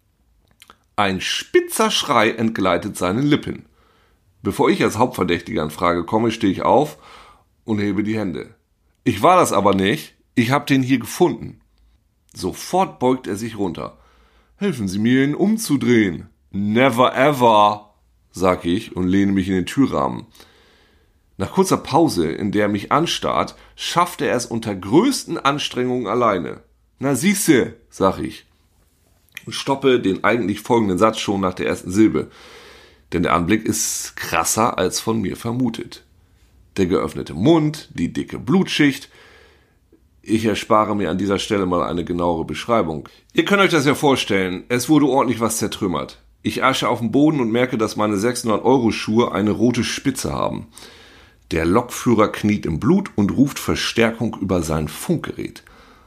Ein spitzer Schrei entgleitet seinen Lippen. Bevor ich als Hauptverdächtiger in Frage komme, stehe ich auf und hebe die Hände. Ich war das aber nicht, ich habe den hier gefunden. Sofort beugt er sich runter. »Helfen Sie mir, ihn umzudrehen.« »Never ever«, sag ich und lehne mich in den Türrahmen. Nach kurzer Pause, in der er mich anstarrt, schafft er es unter größten Anstrengungen alleine. »Na siehste«, sag ich und stoppe den eigentlich folgenden Satz schon nach der ersten Silbe. Denn der Anblick ist krasser als von mir vermutet. Der geöffnete Mund, die dicke Blutschicht. Ich erspare mir an dieser Stelle mal eine genauere Beschreibung. Ihr könnt euch das ja vorstellen, es wurde ordentlich was zertrümmert. Ich asche auf den Boden und merke, dass meine sechshundert Euro Schuhe eine rote Spitze haben. Der Lokführer kniet im Blut und ruft Verstärkung über sein Funkgerät.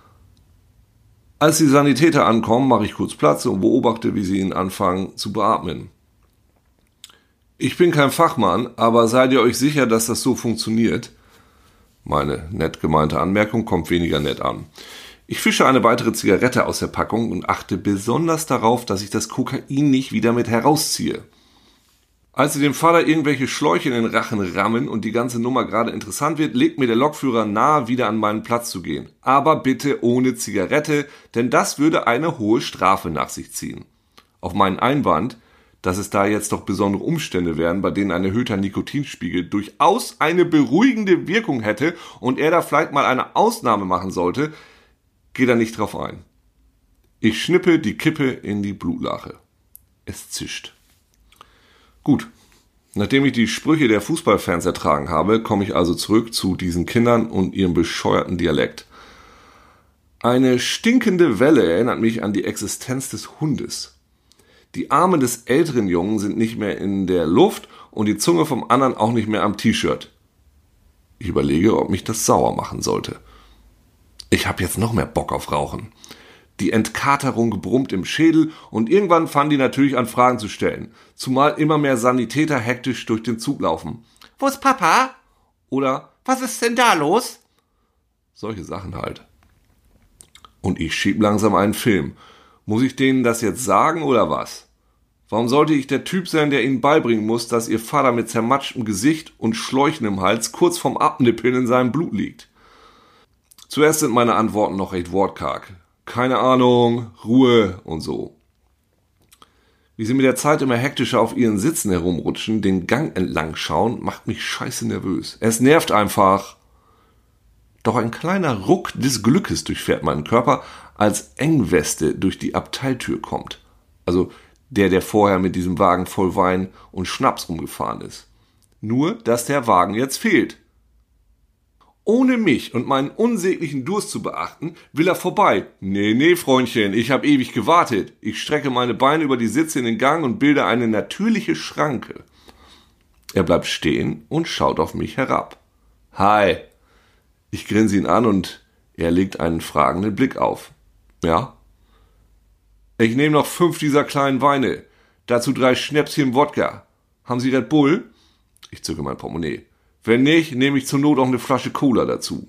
Als die Sanitäter ankommen, mache ich kurz Platz und beobachte, wie sie ihn anfangen zu beatmen. Ich bin kein Fachmann, aber seid ihr euch sicher, dass das so funktioniert? Meine nett gemeinte Anmerkung kommt weniger nett an. Ich fische eine weitere Zigarette aus der Packung und achte besonders darauf, dass ich das Kokain nicht wieder mit herausziehe. Als sie dem Vater irgendwelche Schläuche in den Rachen rammen und die ganze Nummer gerade interessant wird, legt mir der Lokführer nahe, wieder an meinen Platz zu gehen. Aber bitte ohne Zigarette, denn das würde eine hohe Strafe nach sich ziehen. Auf meinen Einwand, dass es da jetzt doch besondere Umstände wären, bei denen ein erhöhter Nikotinspiegel durchaus eine beruhigende Wirkung hätte und er da vielleicht mal eine Ausnahme machen sollte, geht er nicht drauf ein. Ich schnippe die Kippe in die Blutlache. Es zischt. Gut, nachdem ich die Sprüche der Fußballfans ertragen habe, komme ich also zurück zu diesen Kindern und ihrem bescheuerten Dialekt. Eine stinkende Welle erinnert mich an die Existenz des Hundes. Die Arme des älteren Jungen sind nicht mehr in der Luft und die Zunge vom anderen auch nicht mehr am T-Shirt. Ich überlege, ob mich das sauer machen sollte. Ich habe jetzt noch mehr Bock auf Rauchen. Die Entkaterung brummt im Schädel und irgendwann fangen die natürlich an, Fragen zu stellen. Zumal immer mehr Sanitäter hektisch durch den Zug laufen. »Wo ist Papa?« Oder »Was ist denn da los?« Solche Sachen halt. Und ich schieb langsam einen Film. Muss ich denen das jetzt sagen oder was? Warum sollte ich der Typ sein, der ihnen beibringen muss, dass ihr Vater mit zermatschtem Gesicht und Schläuchen im Hals kurz vorm Abnippeln in seinem Blut liegt? Zuerst sind meine Antworten noch recht wortkarg. Keine Ahnung, Ruhe und so. Wie sie mit der Zeit immer hektischer auf ihren Sitzen herumrutschen, den Gang entlang schauen, macht mich scheiße nervös. Es nervt einfach. Doch ein kleiner Ruck des Glückes durchfährt meinen Körper, als Engweste durch die Abteiltür kommt. Also der, der vorher mit diesem Wagen voll Wein und Schnaps rumgefahren ist. Nur, dass der Wagen jetzt fehlt. Ohne mich und meinen unsäglichen Durst zu beachten, will er vorbei. Nee, nee, Freundchen, ich habe ewig gewartet. Ich strecke meine Beine über die Sitze in den Gang und bilde eine natürliche Schranke. Er bleibt stehen und schaut auf mich herab. Hi. Ich grinse ihn an und er legt einen fragenden Blick auf. Ja? Ich nehme noch fünf dieser kleinen Weine. Dazu drei Schnäpschen Wodka. Haben Sie Red Bull? Ich zücke mein Portemonnaie. Wenn nicht, nehme ich zur Not auch eine Flasche Cola dazu.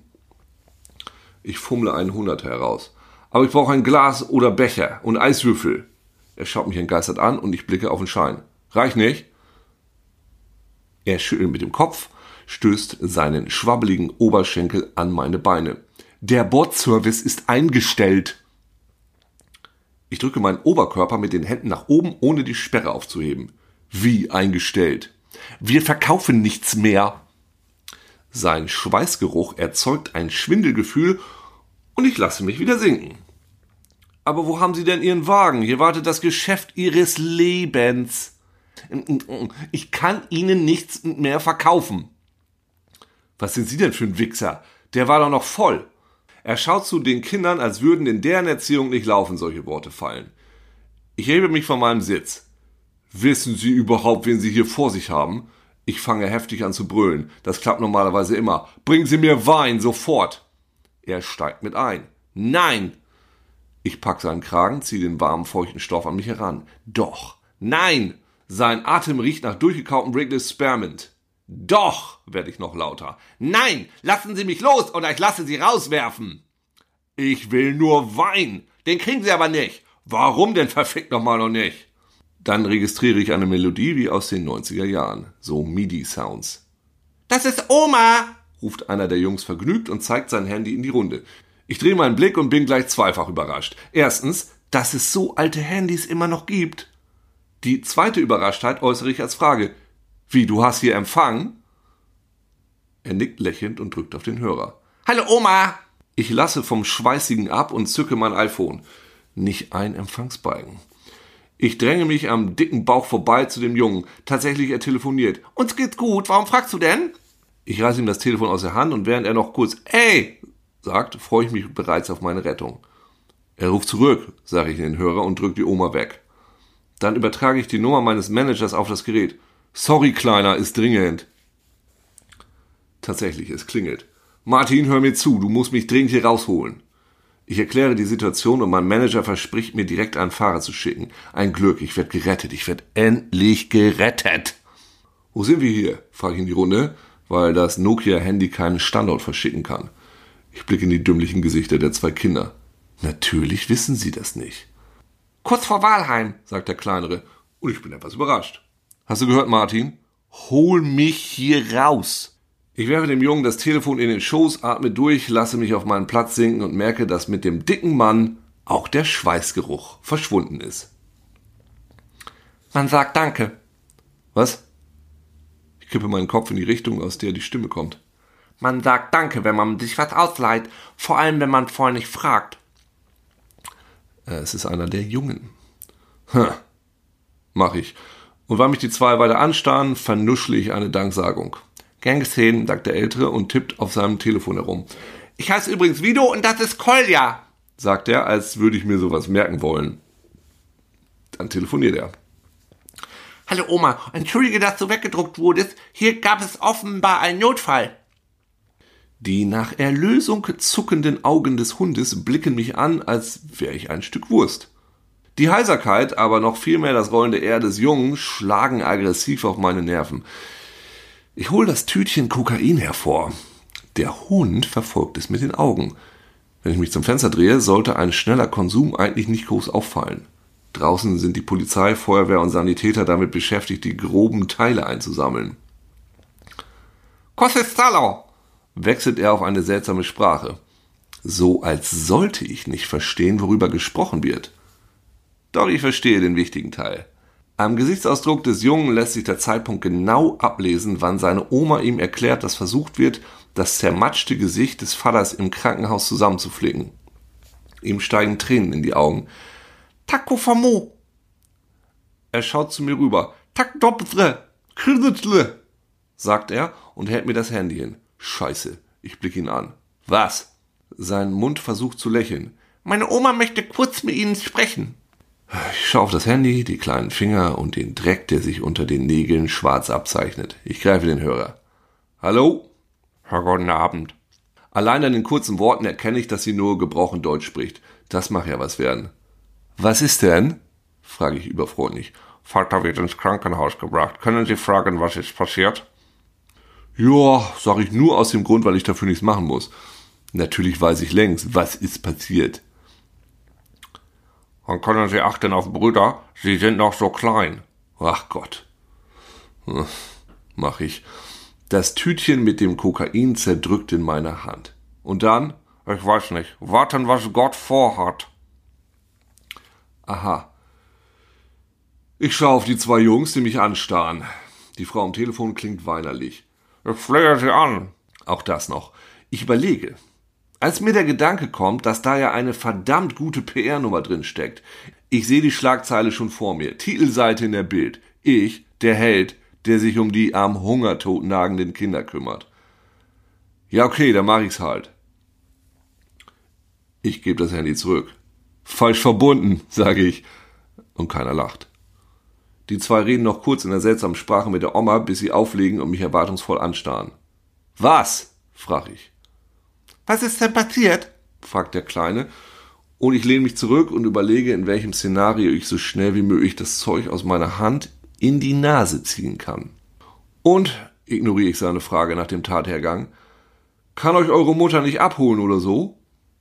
Ich fummle einen Hunderter heraus. Aber ich brauche ein Glas oder Becher und Eiswürfel. Er schaut mich entgeistert an und ich blicke auf den Schein. Reicht nicht? Er schüttelt mit dem Kopf, stößt seinen schwabbeligen Oberschenkel an meine Beine. Der Bordservice ist eingestellt. Ich drücke meinen Oberkörper mit den Händen nach oben, ohne die Sperre aufzuheben. Wie eingestellt? Wir verkaufen nichts mehr. Sein Schweißgeruch erzeugt ein Schwindelgefühl und ich lasse mich wieder sinken. Aber wo haben Sie denn Ihren Wagen? Hier wartet das Geschäft Ihres Lebens. Ich kann Ihnen nichts mehr verkaufen. Was sind Sie denn für ein Wichser? Der war doch noch voll. Er schaut zu den Kindern, als würden in deren Erziehung nicht laufen solche Worte fallen. Ich hebe mich von meinem Sitz. Wissen Sie überhaupt, wen Sie hier vor sich haben? Ich fange heftig an zu brüllen. Das klappt normalerweise immer. Bringen Sie mir Wein, sofort. Er steigt mit ein. Nein! Ich pack seinen Kragen, ziehe den warmen, feuchten Stoff an mich heran. Doch! Nein! Sein Atem riecht nach durchgekautem Wrigley's Spearmint. Doch! Werde ich noch lauter. Nein! Lassen Sie mich los oder ich lasse Sie rauswerfen! Ich will nur Wein! Den kriegen Sie aber nicht! Warum denn verfickt nochmal noch nicht? Dann registriere ich eine Melodie wie aus den neunziger Jahren. So MIDI-Sounds. Das ist Oma! Ruft einer der Jungs vergnügt und zeigt sein Handy in die Runde. Ich drehe meinen Blick und bin gleich zweifach überrascht. Erstens, dass es so alte Handys immer noch gibt. Die zweite Überraschtheit äußere ich als Frage. Wie, du hast hier Empfang? Er nickt lächelnd und drückt auf den Hörer. Hallo Oma! Ich lasse vom Schweißigen ab und zücke mein iPhone. Nicht ein Empfangsbalken. Ich dränge mich am dicken Bauch vorbei zu dem Jungen. Tatsächlich, er telefoniert. Uns geht's gut, warum fragst du denn? Ich reiße ihm das Telefon aus der Hand und während er noch kurz ey sagt, freue ich mich bereits auf meine Rettung. Er ruft zurück, sage ich in den Hörer und drückt die Oma weg. Dann übertrage ich die Nummer meines Managers auf das Gerät. Sorry, Kleiner, ist dringend. Tatsächlich, es klingelt. Martin, hör mir zu, du musst mich dringend hier rausholen. Ich erkläre die Situation und mein Manager verspricht mir direkt einen Fahrer zu schicken. Ein Glück, ich werde gerettet, ich werde endlich gerettet. Wo sind wir hier? Frage ich in die Runde, weil das Nokia-Handy keinen Standort verschicken kann. Ich blicke in die dümmlichen Gesichter der zwei Kinder. Natürlich wissen sie das nicht. Kurz vor Walheim, sagt der Kleinere, und ich bin etwas überrascht. Hast du gehört, Martin? Hol mich hier raus. Ich werfe dem Jungen das Telefon in den Schoß, atme durch, lasse mich auf meinen Platz sinken und merke, dass mit dem dicken Mann auch der Schweißgeruch verschwunden ist. Man sagt Danke. Was? Ich kippe meinen Kopf in die Richtung, aus der die Stimme kommt. Man sagt Danke, wenn man sich was ausleiht, vor allem wenn man vorher nicht fragt. Es ist einer der Jungen. Hm. Mach ich. Und weil mich die zwei weiter anstarren, vernuschle ich eine Danksagung. Gern gesehen, sagt der Ältere und tippt auf seinem Telefon herum. Ich heiße übrigens Vido und das ist Kolja, sagt er, als würde ich mir sowas merken wollen. Dann telefoniert er. Hallo Oma, entschuldige, dass du weggedruckt wurdest. Hier gab es offenbar einen Notfall. Die nach Erlösung zuckenden Augen des Hundes blicken mich an, als wäre ich ein Stück Wurst. Die Heiserkeit, aber noch viel mehr das rollende R des Jungen, schlagen aggressiv auf meine Nerven. Ich hole das Tütchen Kokain hervor. Der Hund verfolgt es mit den Augen. Wenn ich mich zum Fenster drehe, sollte ein schneller Konsum eigentlich nicht groß auffallen. Draußen sind die Polizei, Feuerwehr und Sanitäter damit beschäftigt, die groben Teile einzusammeln. Kosestalo! Wechselt er auf eine seltsame Sprache. So als sollte ich nicht verstehen, worüber gesprochen wird. Doch ich verstehe den wichtigen Teil. Am Gesichtsausdruck des Jungen lässt sich der Zeitpunkt genau ablesen, wann seine Oma ihm erklärt, dass versucht wird, das zermatschte Gesicht des Vaters im Krankenhaus zusammenzuflicken. Ihm steigen Tränen in die Augen. Taco famo. Er schaut zu mir rüber. Tak doppeltre, krizitle, sagt er und hält mir das Handy hin. Scheiße, ich blicke ihn an. Was? Sein Mund versucht zu lächeln. Meine Oma möchte kurz mit Ihnen sprechen. Ich schaue auf das Handy, die kleinen Finger und den Dreck, der sich unter den Nägeln schwarz abzeichnet. Ich greife den Hörer. Hallo? Guten Abend. Allein an den kurzen Worten erkenne ich, dass sie nur gebrochen Deutsch spricht. Das mag ja was werden. Was ist denn? Frage ich überfreundlich. Vater wird ins Krankenhaus gebracht. Können Sie fragen, was ist passiert? Ja, sage ich nur aus dem Grund, weil ich dafür nichts machen muss. Natürlich weiß ich längst, was ist passiert. Dann können Sie achten auf Brüder, Sie sind noch so klein. Ach Gott. mach ich. Das Tütchen mit dem Kokain zerdrückt in meiner Hand. Und dann, ich weiß nicht, warten, was Gott vorhat. Aha. Ich schaue auf die zwei Jungs, die mich anstarren. Die Frau am Telefon klingt weinerlich. Ich flehe sie an. Auch das noch. Ich überlege. Als mir der Gedanke kommt, dass da ja eine verdammt gute P R-Nummer drin steckt. Ich sehe die Schlagzeile schon vor mir. Titelseite in der Bild. Ich, der Held, der sich um die am Hungertod nagenden Kinder kümmert. Ja, okay, dann mach ich's halt. Ich gebe das Handy zurück. Falsch verbunden, sage ich. Und keiner lacht. Die zwei reden noch kurz in der seltsamen Sprache mit der Oma, bis sie auflegen und mich erwartungsvoll anstarren. Was? Frag ich. Was ist denn passiert? Fragt der Kleine. Und ich lehne mich zurück und überlege, in welchem Szenario ich so schnell wie möglich das Zeug aus meiner Hand in die Nase ziehen kann. Und, ignoriere ich seine Frage nach dem Tathergang, kann euch eure Mutter nicht abholen oder so?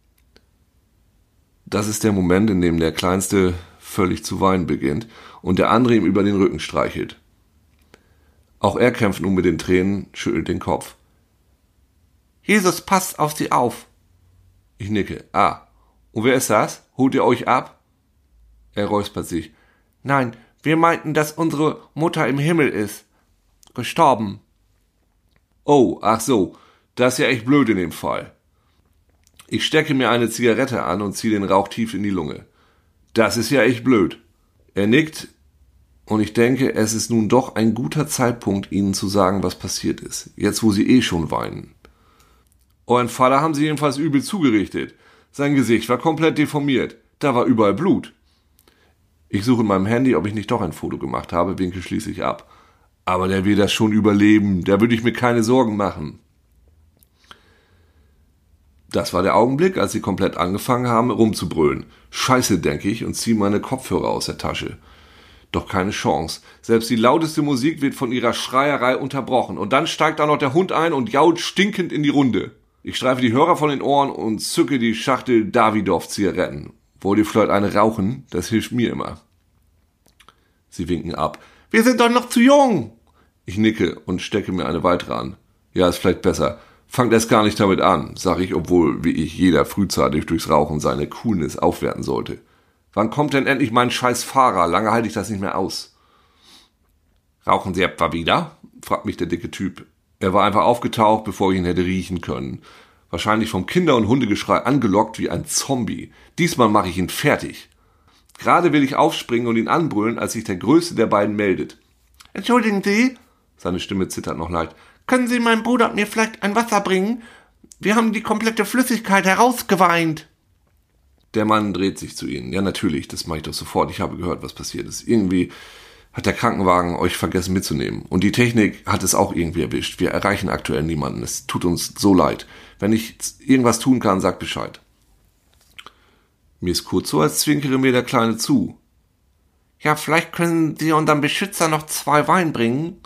Das ist der Moment, in dem der Kleinste völlig zu weinen beginnt und der andere ihm über den Rücken streichelt. Auch er kämpft nun mit den Tränen, schüttelt den Kopf. Jesus, passt auf sie auf. Ich nicke. Ah, und wer ist das? Holt ihr euch ab? Er räuspert sich. Nein, wir meinten, dass unsere Mutter im Himmel ist. Gestorben. Oh, ach so, das ist ja echt blöd in dem Fall. Ich stecke mir eine Zigarette an und ziehe den Rauch tief in die Lunge. Das ist ja echt blöd. Er nickt und ich denke, es ist nun doch ein guter Zeitpunkt, Ihnen zu sagen, was passiert ist. Jetzt, wo Sie eh schon weinen. Euren Vater haben Sie jedenfalls übel zugerichtet. Sein Gesicht war komplett deformiert. Da war überall Blut. Ich suche in meinem Handy, ob ich nicht doch ein Foto gemacht habe, winke schließlich ab. Aber der will das schon überleben. Da würde ich mir keine Sorgen machen. Das war der Augenblick, als sie komplett angefangen haben, rumzubrüllen. Scheiße, denke ich, und ziehe meine Kopfhörer aus der Tasche. Doch keine Chance. Selbst die lauteste Musik wird von ihrer Schreierei unterbrochen. Und dann steigt da noch der Hund ein und jault stinkend in die Runde. Ich streife die Hörer von den Ohren und zücke die Schachtel Davidoff-Zigaretten. Wollt ihr vielleicht eine rauchen? Das hilft mir immer. Sie winken ab. Wir sind doch noch zu jung. Ich nicke und stecke mir eine weitere an. Ja, ist vielleicht besser. Fangt erst gar nicht damit an, sage ich, obwohl, wie ich, jeder frühzeitig durchs Rauchen seine Coolness aufwerten sollte. Wann kommt denn endlich mein scheiß Fahrer? Lange halte ich das nicht mehr aus. Rauchen Sie etwa wieder? Fragt mich der dicke Typ. Er war einfach aufgetaucht, bevor ich ihn hätte riechen können. Wahrscheinlich vom Kinder- und Hundegeschrei angelockt wie ein Zombie. Diesmal mache ich ihn fertig. Gerade will ich aufspringen und ihn anbrüllen, als sich der Größte der beiden meldet. Entschuldigen Sie? Seine Stimme zittert noch leicht. Können Sie meinem Bruder und mir vielleicht ein Wasser bringen? Wir haben die komplette Flüssigkeit herausgeweint. Der Mann dreht sich zu Ihnen. Ja, natürlich, das mache ich doch sofort. Ich habe gehört, was passiert ist. Irgendwie hat der Krankenwagen euch vergessen mitzunehmen. Und die Technik hat es auch irgendwie erwischt. Wir erreichen aktuell niemanden. Es tut uns so leid. Wenn ich irgendwas tun kann, sagt Bescheid. Mir ist kurz so, als zwinkere mir der Kleine zu. Ja, vielleicht können Sie unserem Beschützer noch zwei Wein bringen.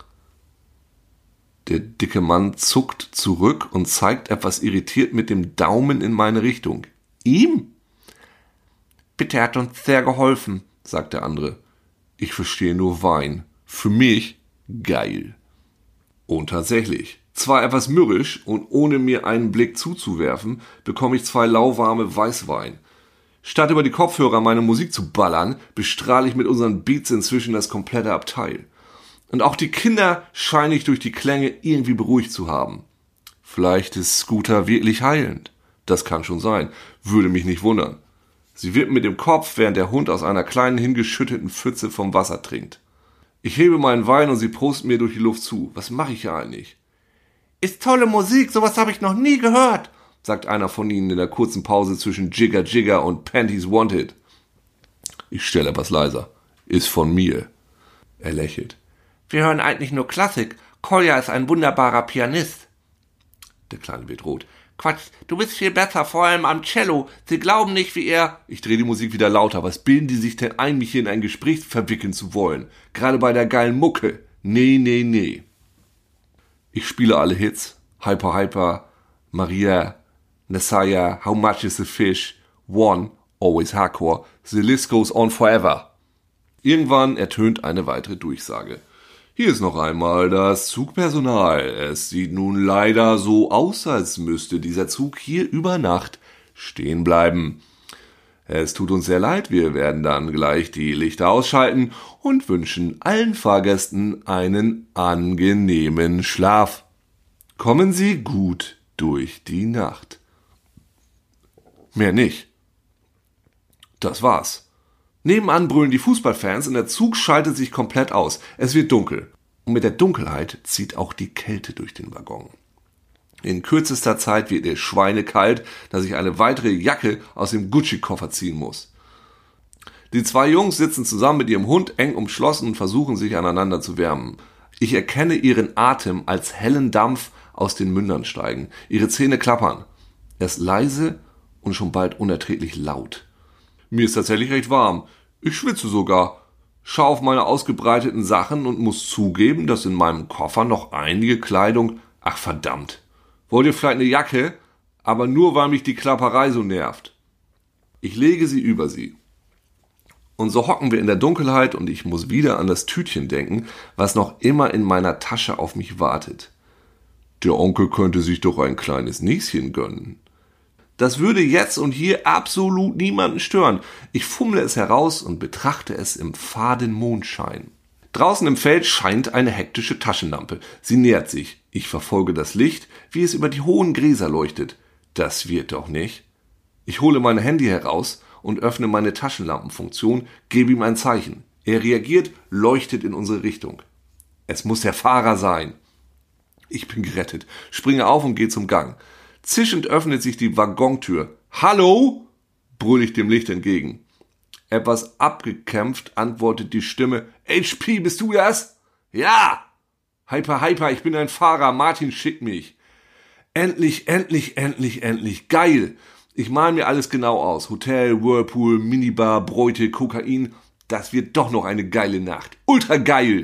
Der dicke Mann zuckt zurück und zeigt etwas irritiert mit dem Daumen in meine Richtung. Ihm? Bitte, er hat uns sehr geholfen, sagt der andere. Ich verstehe nur Wein. Für mich geil. Und tatsächlich, zwar etwas mürrisch und ohne mir einen Blick zuzuwerfen, bekomme ich zwei lauwarme Weißwein. Statt über die Kopfhörer meine Musik zu ballern, bestrahle ich mit unseren Beats inzwischen das komplette Abteil. Und auch die Kinder scheine ich durch die Klänge irgendwie beruhigt zu haben. Vielleicht ist Scooter wirklich heilend. Das kann schon sein. Würde mich nicht wundern. Sie wippen mit dem Kopf, während der Hund aus einer kleinen hingeschütteten Pfütze vom Wasser trinkt. Ich hebe meinen Wein und sie prosten mir durch die Luft zu. Was mache ich hier eigentlich? Ist tolle Musik, sowas habe ich noch nie gehört, sagt einer von ihnen in der kurzen Pause zwischen Jigger Jigger und Panties Wanted. Ich stelle etwas leiser. Ist von mir. Er lächelt. Wir hören eigentlich nur Klassik. Kolja ist ein wunderbarer Pianist. Der Kleine wird rot. Quatsch, du bist viel besser, vor allem am Cello. Sie glauben nicht, wie er... Ich drehe die Musik wieder lauter. Was bilden die sich denn ein, mich hier in ein Gespräch verwickeln zu wollen? Gerade bei der geilen Mucke. Nee, nee, nee. Ich spiele alle Hits. Hyper, Hyper, Maria, Messiah, How Much is the Fish, One, Always Hardcore. The list goes on forever. Irgendwann ertönt eine weitere Durchsage. Hier ist noch einmal das Zugpersonal. Es sieht nun leider so aus, als müsste dieser Zug hier über Nacht stehen bleiben. Es tut uns sehr leid, wir werden dann gleich die Lichter ausschalten und wünschen allen Fahrgästen einen angenehmen Schlaf. Kommen Sie gut durch die Nacht. Mehr nicht. Das war's. Nebenan brüllen die Fußballfans und der Zug schaltet sich komplett aus. Es wird dunkel. Und mit der Dunkelheit zieht auch die Kälte durch den Waggon. In kürzester Zeit wird es schweinekalt, dass ich eine weitere Jacke aus dem Gucci-Koffer ziehen muss. Die zwei Jungs sitzen zusammen mit ihrem Hund eng umschlossen und versuchen sich aneinander zu wärmen. Ich erkenne ihren Atem als hellen Dampf aus den Mündern steigen. Ihre Zähne klappern. Erst leise und schon bald unerträglich laut. Mir ist tatsächlich recht warm. Ich schwitze sogar. Schau auf meine ausgebreiteten Sachen und muss zugeben, dass in meinem Koffer noch einige Kleidung... Ach verdammt. Wollt ihr vielleicht eine Jacke? Aber nur, weil mich die Klapperei so nervt. Ich lege sie über sie. Und so hocken wir in der Dunkelheit und ich muss wieder an das Tütchen denken, was noch immer in meiner Tasche auf mich wartet. Der Onkel könnte sich doch ein kleines Näschen gönnen. Das würde jetzt und hier absolut niemanden stören. Ich fummle es heraus und betrachte es im faden Mondschein. Draußen im Feld scheint eine hektische Taschenlampe. Sie nähert sich. Ich verfolge das Licht, wie es über die hohen Gräser leuchtet. Das wird doch nicht. Ich hole mein Handy heraus und öffne meine Taschenlampenfunktion, gebe ihm ein Zeichen. Er reagiert, leuchtet in unsere Richtung. Es muss der Fahrer sein. Ich bin gerettet, springe auf und gehe zum Gang. Zischend öffnet sich die Waggontür. »Hallo?« brülle ich dem Licht entgegen. Etwas abgekämpft antwortet die Stimme. »H P, bist du das?« »Ja!« »Hyper, Hyper, ich bin ein Fahrer, Martin schickt mich.« »Endlich, endlich, endlich, endlich, geil!« Ich male mir alles genau aus. Hotel, Whirlpool, Minibar, Bräute, Kokain. Das wird doch noch eine geile Nacht. Ultra geil!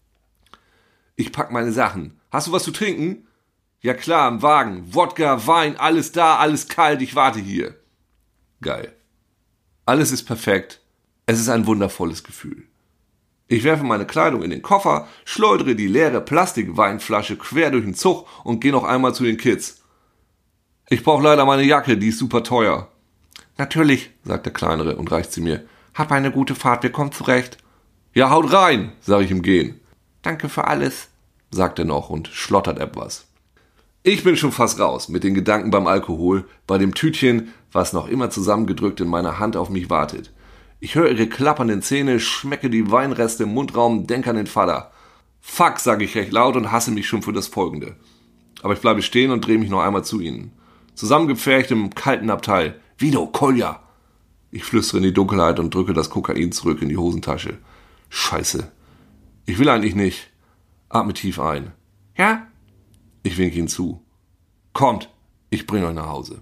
Ich pack meine Sachen. »Hast du was zu trinken?« »Ja klar, im Wagen. Wodka, Wein, alles da, alles kalt, ich warte hier.« Geil. Alles ist perfekt. Es ist ein wundervolles Gefühl. Ich werfe meine Kleidung in den Koffer, schleudere die leere Plastikweinflasche quer durch den Zug und gehe noch einmal zu den Kids. »Ich brauche leider meine Jacke, die ist super teuer.« »Natürlich«, sagt der Kleinere und reicht sie mir. »Hab eine gute Fahrt, wir kommen zurecht.« »Ja, haut rein«, sage ich im Gehen. »Danke für alles«, sagt er noch und schlottert etwas. Ich bin schon fast raus, mit den Gedanken beim Alkohol, bei dem Tütchen, was noch immer zusammengedrückt in meiner Hand auf mich wartet. Ich höre ihre klappernden Zähne, schmecke die Weinreste im Mundraum, denke an den Vater. Fuck, sage ich recht laut und hasse mich schon für das Folgende. Aber ich bleibe stehen und drehe mich noch einmal zu ihnen. Zusammengepfercht im kalten Abteil. »Vito, Kolja!« Ich flüstere in die Dunkelheit und drücke das Kokain zurück in die Hosentasche. Scheiße. Ich will eigentlich nicht. Atme tief ein. »Ja?« Ich winke ihnen zu. »Kommt, ich bringe euch nach Hause.«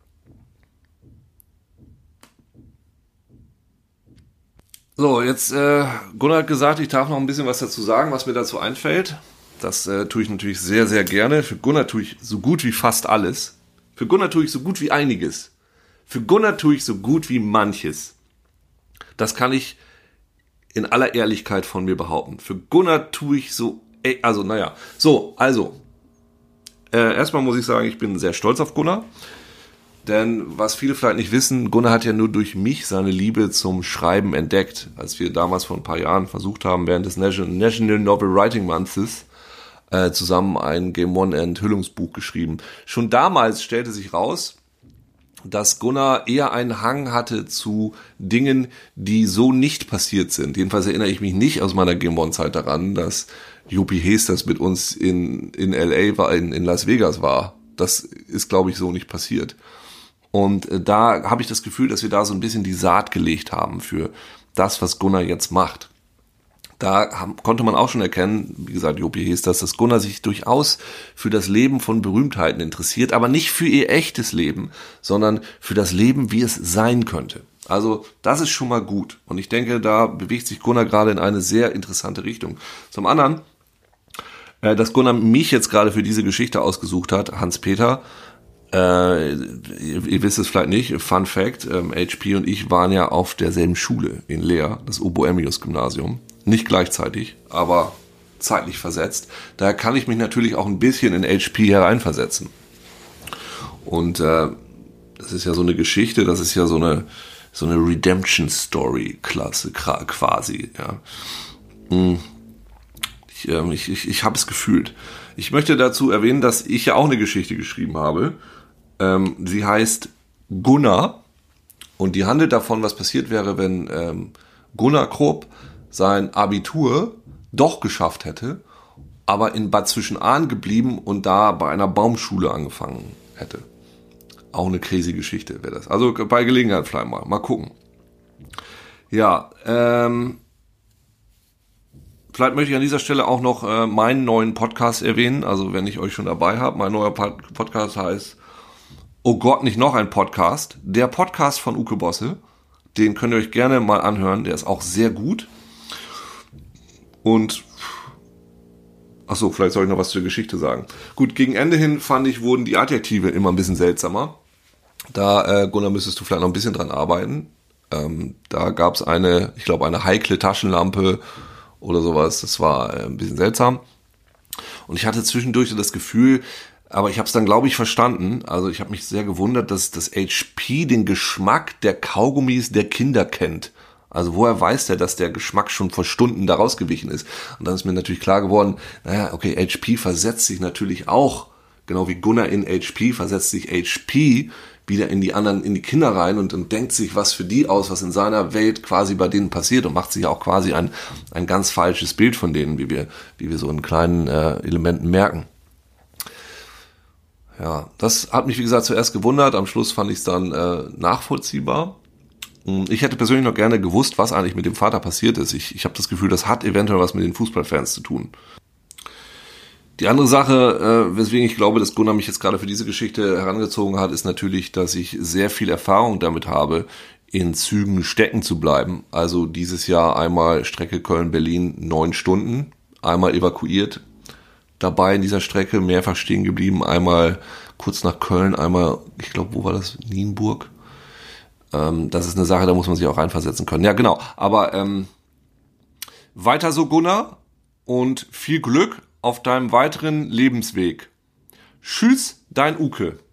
So, jetzt, äh, Gunnar hat gesagt, ich darf noch ein bisschen was dazu sagen, was mir dazu einfällt. Das äh, tue ich natürlich sehr, sehr gerne. Für Gunnar tue ich so gut wie fast alles. Für Gunnar tue ich so gut wie einiges. Für Gunnar tue ich so gut wie manches. Das kann ich in aller Ehrlichkeit von mir behaupten. Für Gunnar tue ich so, ey, also, naja. So, also, äh, erstmal muss ich sagen, ich bin sehr stolz auf Gunnar. Denn was viele vielleicht nicht wissen, Gunnar hat ja nur durch mich seine Liebe zum Schreiben entdeckt. Als wir damals vor ein paar Jahren versucht haben, während des National Novel Writing Months äh, zusammen ein Game One Enthüllungsbuch geschrieben. Schon damals stellte sich raus, dass Gunnar eher einen Hang hatte zu Dingen, die so nicht passiert sind. Jedenfalls erinnere ich mich nicht aus meiner Game One Zeit daran, dass Juppie Hesters mit uns in, in L A war, in, in Las Vegas war. Das ist, glaube ich, so nicht passiert. Und da habe ich das Gefühl, dass wir da so ein bisschen die Saat gelegt haben für das, was Gunnar jetzt macht. Da haben, konnte man auch schon erkennen, wie gesagt, Juppie Hesters, dass Gunnar sich durchaus für das Leben von Berühmtheiten interessiert, aber nicht für ihr echtes Leben, sondern für das Leben, wie es sein könnte. Also das ist schon mal gut. Und ich denke, da bewegt sich Gunnar gerade in eine sehr interessante Richtung. Zum anderen, äh, dass Gunnar mich jetzt gerade für diese Geschichte ausgesucht hat, Hans-Peter, Äh, ihr, ihr wisst es vielleicht nicht, Fun Fact, ähm, H P und ich waren ja auf derselben Schule in Leer, das Oboemius Gymnasium. Nicht gleichzeitig, aber zeitlich versetzt. Daher kann ich mich natürlich auch ein bisschen in H P hereinversetzen. Und äh, das ist ja so eine Geschichte, das ist ja so eine so eine Redemption-Story-Klasse quasi. Ja. Ich, äh, ich, ich, ich habe es gefühlt. Ich möchte dazu erwähnen, dass ich ja auch eine Geschichte geschrieben habe. Ähm, sie heißt Gunnar und die handelt davon, was passiert wäre, wenn ähm, Gunnar Krupp sein Abitur doch geschafft hätte, aber in Bad Zwischenahn geblieben und da bei einer Baumschule angefangen hätte. Auch eine crazy Geschichte wäre das. Also bei Gelegenheit vielleicht mal. Mal gucken. Ja, ähm, vielleicht möchte ich an dieser Stelle auch noch äh, meinen neuen Podcast erwähnen. Also wenn ich euch schon dabei habe, mein neuer Pod- Podcast heißt Oh Gott, nicht noch ein Podcast. Der Podcast von Uke Bosse. Den könnt ihr euch gerne mal anhören. Der ist auch sehr gut. Und ach so, vielleicht soll ich noch was zur Geschichte sagen. Gut, gegen Ende hin fand ich, wurden die Adjektive immer ein bisschen seltsamer. Da, äh, Gunnar, müsstest du vielleicht noch ein bisschen dran arbeiten. Ähm, da gab es eine, ich glaube, eine heikle Taschenlampe oder sowas. Das war äh, ein bisschen seltsam. Und ich hatte zwischendurch so das Gefühl, aber ich habe es dann, glaube ich, verstanden. Also ich habe mich sehr gewundert, dass das H P den Geschmack der Kaugummis der Kinder kennt. Also woher weiß der, dass der Geschmack schon vor Stunden da rausgewichen ist? Und dann ist mir natürlich klar geworden, naja, okay, H P versetzt sich natürlich auch, genau wie Gunnar in H P, versetzt sich H P wieder in die anderen, in die Kinder rein und, und denkt sich was für die aus, was in seiner Welt quasi bei denen passiert und macht sich auch quasi ein, ein ganz falsches Bild von denen, wie wir, wie wir so in kleinen äh, Elementen merken. Ja, das hat mich, wie gesagt, zuerst gewundert. Am Schluss fand ich es dann äh, nachvollziehbar. Ich hätte persönlich noch gerne gewusst, was eigentlich mit dem Vater passiert ist. Ich, ich habe das Gefühl, das hat eventuell was mit den Fußballfans zu tun. Die andere Sache, äh, weswegen ich glaube, dass Gunnar mich jetzt gerade für diese Geschichte herangezogen hat, ist natürlich, dass ich sehr viel Erfahrung damit habe, in Zügen stecken zu bleiben. Also dieses Jahr einmal Strecke Köln-Berlin neun Stunden, einmal evakuiert, dabei in dieser Strecke mehrfach stehen geblieben, einmal kurz nach Köln, einmal, ich glaube, wo war das? Nienburg. Ähm, das ist eine Sache, da muss man sich auch reinversetzen können. Ja, genau. Aber ähm, weiter so, Gunnar, und viel Glück auf deinem weiteren Lebensweg. Tschüss, dein Uke.